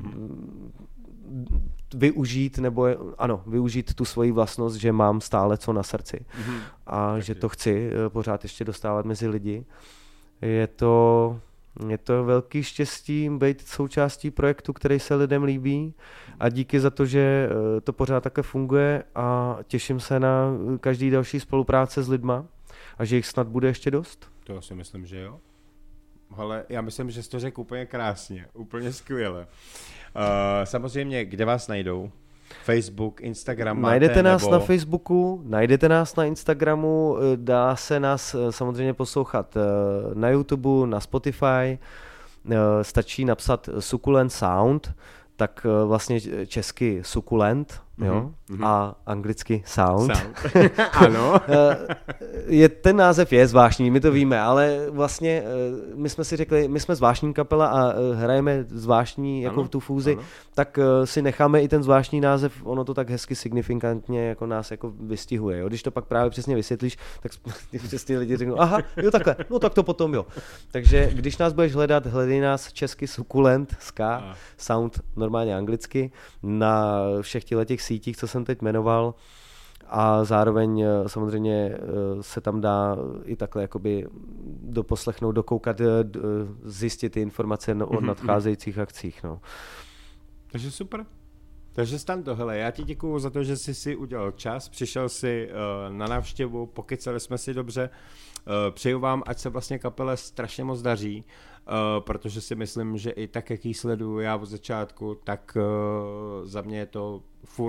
využít tu svoji vlastnost, že mám stále co na srdci a že to chci pořád ještě dostávat mezi lidi. Je to velký štěstí být součástí projektu, který se lidem líbí a díky za to, že to pořád také funguje a těším se na každý další spolupráce s lidma a že jich snad bude ještě dost. To si myslím, že jo. Ale já myslím, že jsi to řekl úplně krásně, úplně skvěle. Samozřejmě, kde vás najdou? Facebook, Instagram máte? Najdete nás na Facebooku, najdete nás na Instagramu, dá se nás samozřejmě poslouchat na YouTube, na Spotify, stačí napsat Succulent Sound, tak vlastně česky Succulent, jo? A anglicky Sound. Ano. Ten název je zvláštní, my to víme, ale vlastně my jsme si řekli, my jsme zvláštní kapela a hrajeme zvláštní jako tu fúzi, tak si necháme i ten zvláštní název, ono to tak hezky signifikantně jako nás jako vystihuje. Jo? Když to pak právě přesně vysvětlíš, tak přesně lidi řeknou, aha, jo takhle, no tak to potom jo. Takže když nás budeš hledat, hledej nás česky Succulent, ska, Sound normálně anglicky, na všech těch sítích, co jsem teď jmenoval, a zároveň samozřejmě se tam dá i takhle jakoby doposlechnout, dokoukat, zjistit ty informace o nadcházejících akcích. No. Takže super. Takže Stando, hele, já ti děkuju za to, že jsi si udělal čas, přišel si na návštěvu, pokecali jsme si dobře. Přeju vám, ať se vlastně kapele strašně moc daří, protože si myslím, že i tak, jak ji sleduju já od začátku, tak za mě je to furt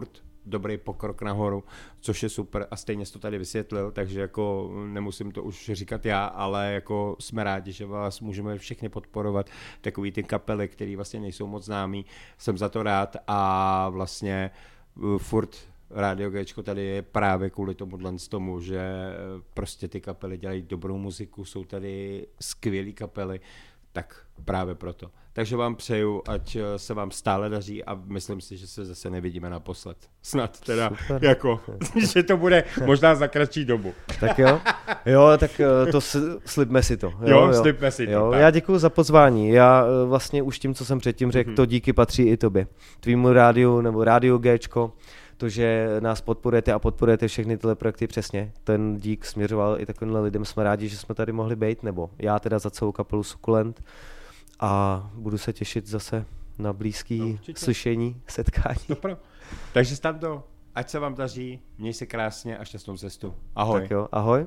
dobrý pokrok nahoru, což je super a stejně jsi to tady vysvětlil, takže jako nemusím to už říkat já, ale jako jsme rádi, že vás můžeme všechny podporovat, takový ty kapely, které vlastně nejsou moc známý, jsem za to rád a vlastně furt Rádio Géčko tady je právě kvůli tomu, že prostě ty kapely dělají dobrou muziku, jsou tady skvělý kapely, tak právě proto. Takže vám přeju, ať se vám stále daří a myslím si, že se zase nevidíme naposled. Snad teda, super. Jako, že to bude možná za kratší dobu. Tak jo, tak to slibme si to. Jo, slibme si to. Já děkuju za pozvání. Já vlastně už tím, co jsem předtím řekl, to díky patří i tobě. Tvýmu rádiu nebo Rádio Géčko, to, že nás podporujete a podporujete všechny tyhle projekty přesně. Ten dík směřoval i takovýmhle lidem. Jsme rádi, že jsme tady mohli být, nebo já teda za celou kapelu Sukulent. A budu se těšit zase na blízký slyšení, setkání. Super. Takže Stando, ať se vám daří, měj se krásně a šťastnou cestu. Ahoj. Tak jo, ahoj.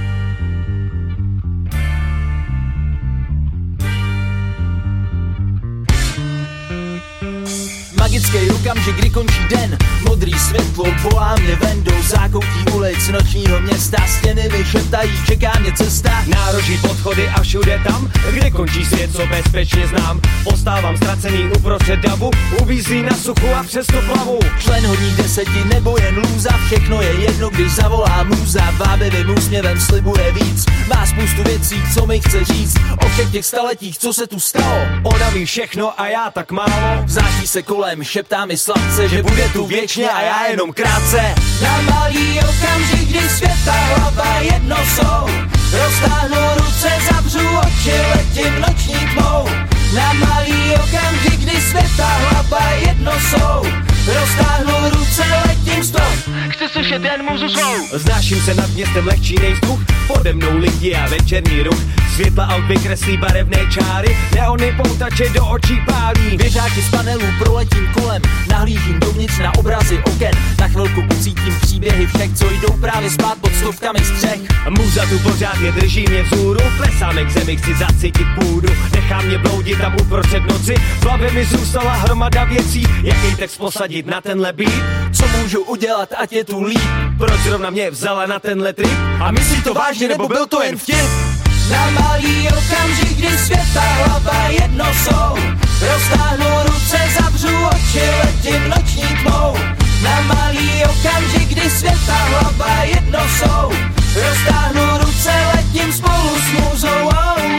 Magický okamžik, kdy končí den, modrý světlo volá mě ven do zákoutí ulic nočního města, stěny mi šeptají, čeká mě cesta, nároží podchody a všude tam, kde končí svět, co bezpečně znám, postávám ztracený uprostřed davu, uvízlý na suchu a přes to plavu. Člen hodní 10 nebo jen lůza, všechno je jedno, když zavolá můza, vábivým úsměvem slibuje víc, má spoustu věcí, co mi chce říct, o všech těch staletích, co se tu stalo, ona ví všechno a já tak málo, záští se kolem, šeptá mi sladce, že bude tu věčně a já jenom krátce. Na malý okamžik, kdy světa hlava jedno jsou, roztáhnu ruce, zavřu oči, letím noční tmou. Na malý okamžik, kdy světa hlava jedno jsou, roztáhnu ruce, letím stop. Chci slyšet jen muzu svou. Znáším se nad městem lehčí nejvzduch, pode mnou lidi a večerní ruch. Světla aut vykreslí barevné čáry, neony poutače do očí pálí. Běžáky z panelů proletím kolem, nahlížím dovnitř na obrazy oken. Na chvilku ucítím příběhy všech, co jdou právě spát pod stovkami střech. Muza tu pořádně drží mě vzhůru, klesáme k zemi, chci zacítit půdu. Nechám mě bloudit tam uprostřed noci, v hlavě mi zůstala hromada věcí. Jaký text posadit na tenhle beat, co můžu udělat, ať je tu líp. Proč zrovna mě vzala na tenhle trip, a myslí to vážně, nebo byl to jen vtip? Na malý okamžik, kdy světa hlava jedno jsou, roztáhnu ruce, zavřu oči, letím noční tmou. Na malý okamžik, kdy světa hlava jedno jsou, roztáhnu ruce, letím spolu s můzou.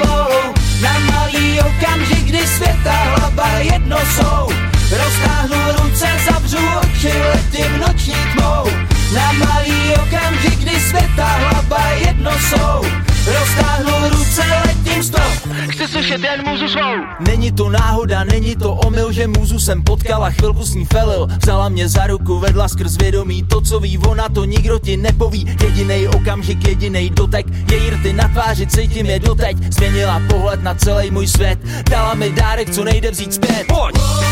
Na malý okamžik, kdy světa hlava jedno jsou, roztáhnu ruce, zavřu oči, letím noční tmou. Na malý okamžik, kdy světa hlava jedno jsou, roztáhnu ruce, letím stop. Chci slyšet jen muzu svou. Není to náhoda, není to omyl, že muzu jsem potkala, chvilku s ní felil. Vzala mě za ruku, vedla skrz vědomí, to co ví ona, to nikdo ti nepoví. Jedinej okamžik, jedinej dotek, její rty na tváři, cítím je doteď. Změnila pohled na celý můj svět, dala mi dárek, co nejde vzít zpět. Pojď!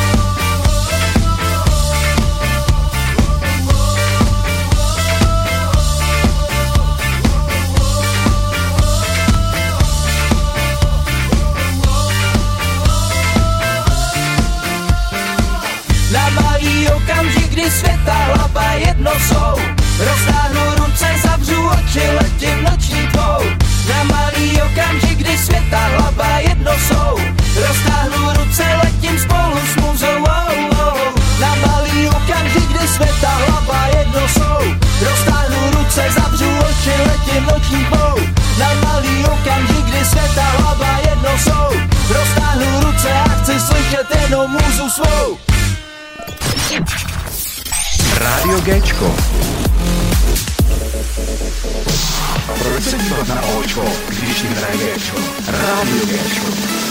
Na malý okamžik, kdy světa hlava jedno jsou, roztáhnu ruce, zavřu oči, letím noční tmou. Na malý okamžik, kdy světa hlava jedno jsou, roztáhnu ruce, letím spolu s můzou. Na malý okamžik, kdy světa hlava jedno jsou, roztáhnu ruce, zavřu oči, letím noční tmou. Na malý okamžik, kdy světa hlava jedno jsou, roztáhnu ruce a chci slyšet jenom můzu svou. Rádio Géčko. Proč se dívat na Očko, když jim hraje Géčko? Rádio Géčko.